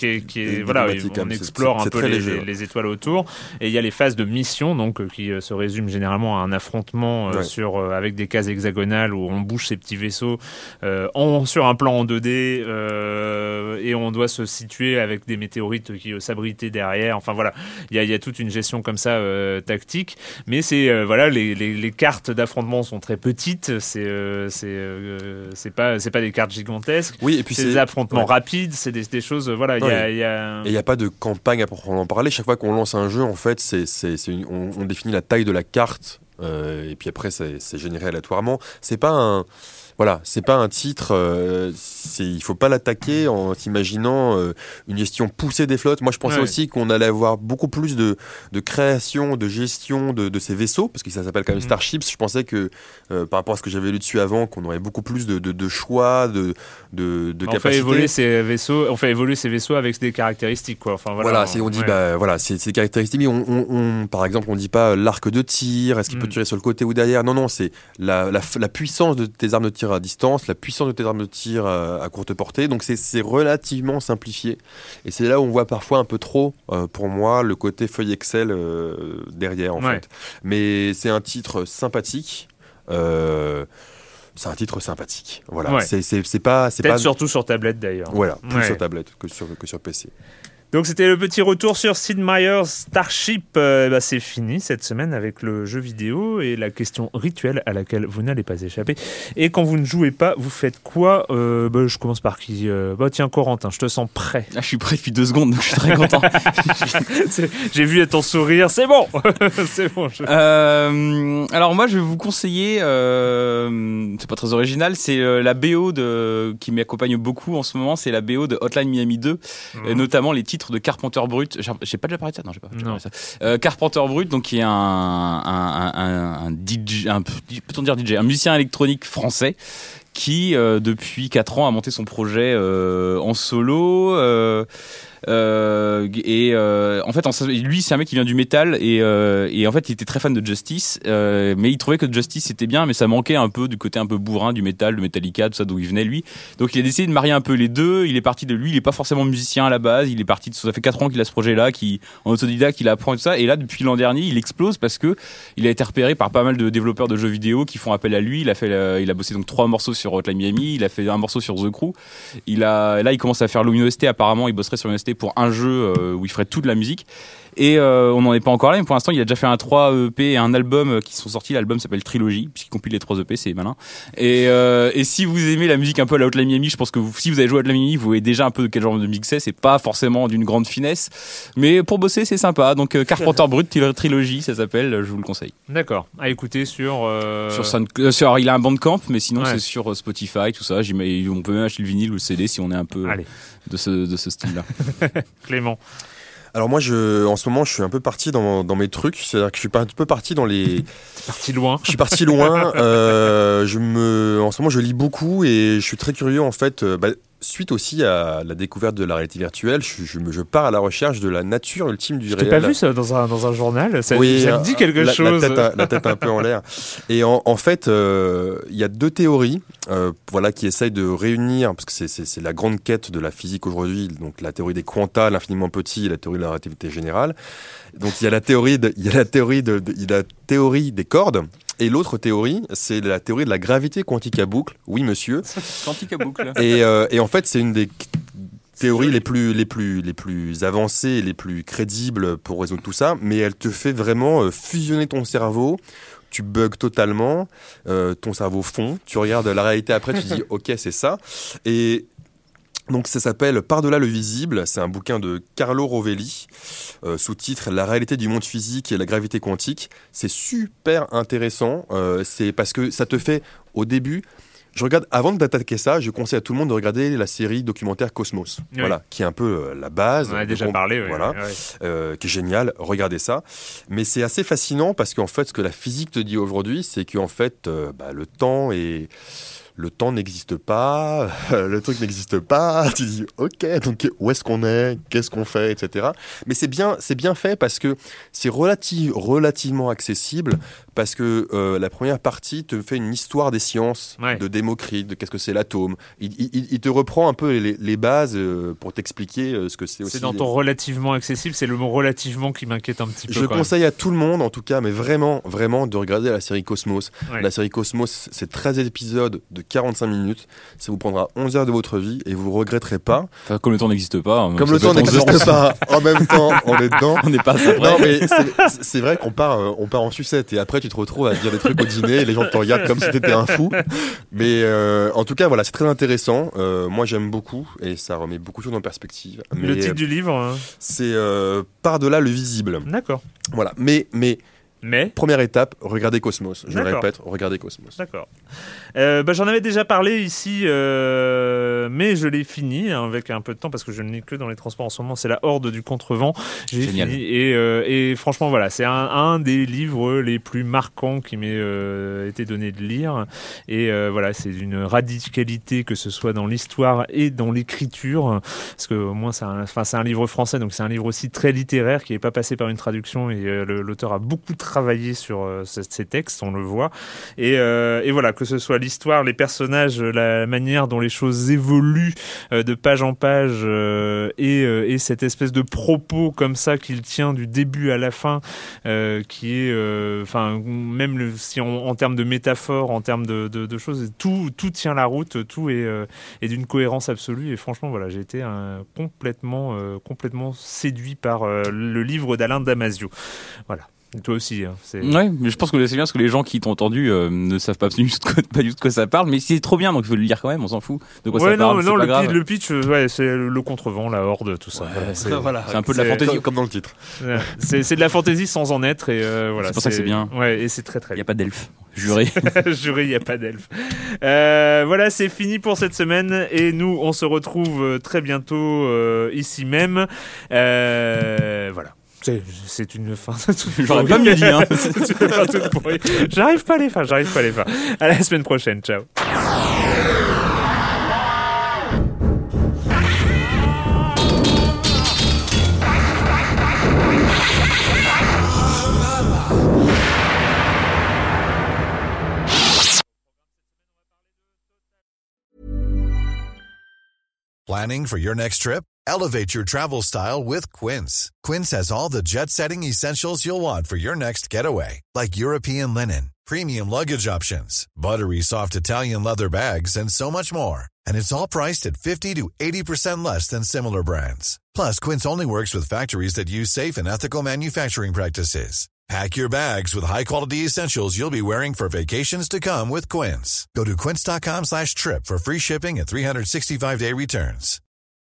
On explore un peu les étoiles autour. Et il y a les phases de mission, donc, qui se résument généralement à un affrontement avec des cases hexagonales où on bouge ses petits vaisseaux sur un plan en 2D et on doit se situer avec des météorites qui s'abriter derrière. Enfin voilà, il y a toute une gestion comme ça tactique. Mais c'est les cartes d'affrontement sont très petites, c'est pas des cartes gigantesques. Oui, et puis c'est des affrontements rapides, c'est des choses Et il n'y a pas de campagne à proprement parler. Chaque fois qu'on lance un jeu, en fait, on définit la taille de la carte et puis après c'est généré aléatoirement. C'est pas un titre, il faut pas l'attaquer en s'imaginant une gestion poussée des flottes. Moi, je pensais aussi qu'on allait avoir beaucoup plus de création, de gestion de ces vaisseaux, parce que ça s'appelle quand même Starships. Je pensais que, par rapport à ce que j'avais lu dessus avant, qu'on aurait beaucoup plus de choix, de capacités. On fait évoluer ces vaisseaux avec des caractéristiques, quoi. Enfin, c'est des caractéristiques. Mais par exemple, on dit pas l'arc de tir, est-ce qu'il peut tirer sur le côté ou derrière. Non, c'est la puissance de tes armes de tir à distance, la puissance de tes armes de tir à courte portée. Donc c'est relativement simplifié. Et c'est là où on voit parfois un peu trop, pour moi, le côté feuille Excel derrière, en fait. Mais c'est un titre sympathique. Voilà. C'est pas surtout sur tablette, d'ailleurs. Voilà, plus sur tablette que sur PC. Donc c'était le petit retour sur Sid Meier's Starship. C'est fini cette semaine avec le jeu vidéo et la question rituelle à laquelle vous n'allez pas échapper. Et quand vous ne jouez pas, vous faites quoi ? Je commence par qui ? Tiens, Corentin, je te sens prêt. Je suis prêt depuis 2 secondes, donc je suis très content. J'ai vu à ton sourire, c'est bon. C'est bon. Alors moi, je vais vous conseiller, c'est pas très original, c'est la BO qui m'accompagne beaucoup en ce moment, c'est la BO de Hotline Miami 2, et notamment les titres de Carpenter Brut. J'ai pas déjà parlé de ça ? Non, j'ai pas parlé de ça. Carpenter Brut, donc qui est un DJ, peut-on dire DJ, un musicien électronique français qui depuis 4 ans a monté son projet en solo. En fait, lui, c'est un mec qui vient du métal et en fait, il était très fan de Justice, mais il trouvait que Justice c'était bien, mais ça manquait un peu du côté un peu bourrin du métal, de Metallica, tout ça, d'où il venait lui. Donc, il a décidé de marier un peu les deux. Il est parti de lui, il est pas forcément musicien à la base. Il est parti, ça fait 4 ans qu'il a ce projet-là, qui en autodidacte, il apprend tout ça. Et là, depuis l'an dernier, il explose parce que il a été repéré par pas mal de développeurs de jeux vidéo qui font appel à lui. Il a bossé donc 3 morceaux sur Hotline Miami. Il a fait un morceau sur The Crew. Là, il commence à faire une OST. Apparemment, il bosserait sur une OST pour un jeu où il ferait toute la musique. Et on n'en est pas encore là, mais pour l'instant, il a déjà fait un 3 EP et un album qui sont sortis. L'album s'appelle Trilogy, puisqu'il compile les 3 EP, c'est malin. Et si vous aimez la musique un peu à la Hotline Miami, je pense que si vous avez joué à Hotline Miami, vous voyez déjà un peu de quel genre de musique c'est. C'est pas forcément d'une grande finesse, mais pour bosser, c'est sympa. Donc Carpenter Brut Trilogy, ça s'appelle, je vous le conseille. D'accord, à écouter sur il a un Bandcamp, mais sinon c'est sur Spotify, tout ça. On peut même acheter le vinyle ou le CD si on est un peu de ce style-là. Clément. Alors moi, en ce moment, je suis un peu parti dans mes trucs. C'est-à-dire que je suis un peu parti dans les... Parti loin. Je suis parti loin. En ce moment, je lis beaucoup et je suis très curieux, en fait. Suite aussi à la découverte de la réalité virtuelle, je pars à la recherche de la nature ultime du réel. Je t'ai pas vu ça dans un journal. Ça me dit quelque chose. La tête un peu en l'air. Et en fait, il y a 2 théories qui essayent de réunir, parce que c'est la grande quête de la physique aujourd'hui, donc la théorie des quanta, l'infiniment petit, et la théorie de la relativité générale. Donc il y a la théorie des cordes. Et l'autre théorie, c'est la théorie de la gravité quantique à boucle. Oui, monsieur. Quantique à boucle. Et en fait, c'est une des théories les plus avancées et les plus crédibles pour résoudre tout ça. Mais elle te fait vraiment fusionner ton cerveau. Tu bugs totalement. Ton cerveau fond. Tu regardes la réalité après, tu te dis « Ok, c'est ça ». Et... donc ça s'appelle Par-delà le visible, c'est un bouquin de Carlo Rovelli, sous-titre La réalité du monde physique et la gravité quantique. C'est super intéressant, c'est parce que ça te fait, au début, avant d'attaquer ça, je conseille à tout le monde de regarder la série documentaire Cosmos, qui est un peu la base. On en a déjà parlé, qui est génial, regardez ça. Mais c'est assez fascinant parce qu'en fait, ce que la physique te dit aujourd'hui, c'est qu'en fait, le temps n'existe pas, le truc n'existe pas, tu dis ok, donc où est-ce qu'on est, qu'est-ce qu'on fait, etc. Mais c'est bien fait parce que c'est relativement accessible, parce que la première partie te fait une histoire des sciences, de Démocrite, de qu'est-ce que c'est l'atome. Il te reprend un peu les bases pour t'expliquer ce que c'est aussi. C'est dans ton relativement accessible, c'est le mot relativement qui m'inquiète un petit peu. Je conseille à tout le monde, en tout cas, mais vraiment, vraiment, de regarder la série Cosmos. La série Cosmos, c'est 13 épisodes de 45 minutes, ça vous prendra 11 heures de votre vie et vous regretterez pas. Enfin, comme le temps n'existe pas. Comme le temps n'existe pas, en même temps, on est dedans. On n'est pas ça près. Non, mais c'est vrai qu'on part en sucette et après tu te retrouves à dire des trucs au dîner et les gens te regardent comme si t'étais un fou. Mais en tout cas, voilà, c'est très intéressant. Moi, j'aime beaucoup et ça remet beaucoup de choses en perspective. Mais, le titre du livre c'est Par-delà le visible. D'accord. Voilà, mais première étape, regardez Cosmos. Je le répète, regardez Cosmos. D'accord. J'en avais déjà parlé ici, mais je l'ai fini avec un peu de temps parce que je ne l'ai que dans les transports en ce moment. C'est La Horde du Contrevent. J'ai Génial. fini et franchement voilà, c'est un des livres les plus marquants qui m'ait été donné de lire. Et voilà, c'est d'une radicalité que ce soit dans l'histoire et dans l'écriture, parce que au moins c'est un livre français, donc c'est un livre aussi très littéraire qui n'est pas passé par une traduction et l'auteur a beaucoup travaillé sur ces textes, on le voit. Et voilà, que ce soit l'histoire, les personnages, la manière dont les choses évoluent de page en page et cette espèce de propos comme ça qu'il tient du début à la fin, qui est, même si en termes de métaphores, en termes de choses, tout tient la route, tout est d'une cohérence absolue. Et franchement, voilà, j'ai été complètement séduit par le livre d'Alain Damasio. Voilà. Et toi aussi. Ouais, mais je pense que c'est bien parce que les gens qui t'ont entendu ne savent pas absolument pas du tout de quoi ça parle, mais c'est trop bien, donc il faut le lire quand même, on s'en fout de quoi ça parle. Non, le pitch, c'est le contrevent, la horde, tout ça. Ouais, c'est un peu de la fantaisie, comme dans le titre. C'est de la fantaisie sans en être, et voilà. C'est pour ça que c'est bien. Ouais, et c'est très très bien. Il n'y a pas d'elfes. Juré. Juré, il n'y a pas d'elfes. Voilà, c'est fini pour cette semaine, et nous, on se retrouve très bientôt ici même. Voilà. C'est une fin. J'aurais pas mieux dit. Hein. J'arrive pas à les faire. À la semaine prochaine. Ciao. Planning for your next trip? Elevate your travel style with Quince. Quince has all the jet-setting essentials you'll want for your next getaway, like European linen, premium luggage options, buttery soft Italian leather bags, and so much more. And it's all priced at 50 to 80% less than similar brands. Plus, Quince only works with factories that use safe and ethical manufacturing practices. Pack your bags with high-quality essentials you'll be wearing for vacations to come with Quince. Go to quince.com/trip for free shipping and 365-day returns.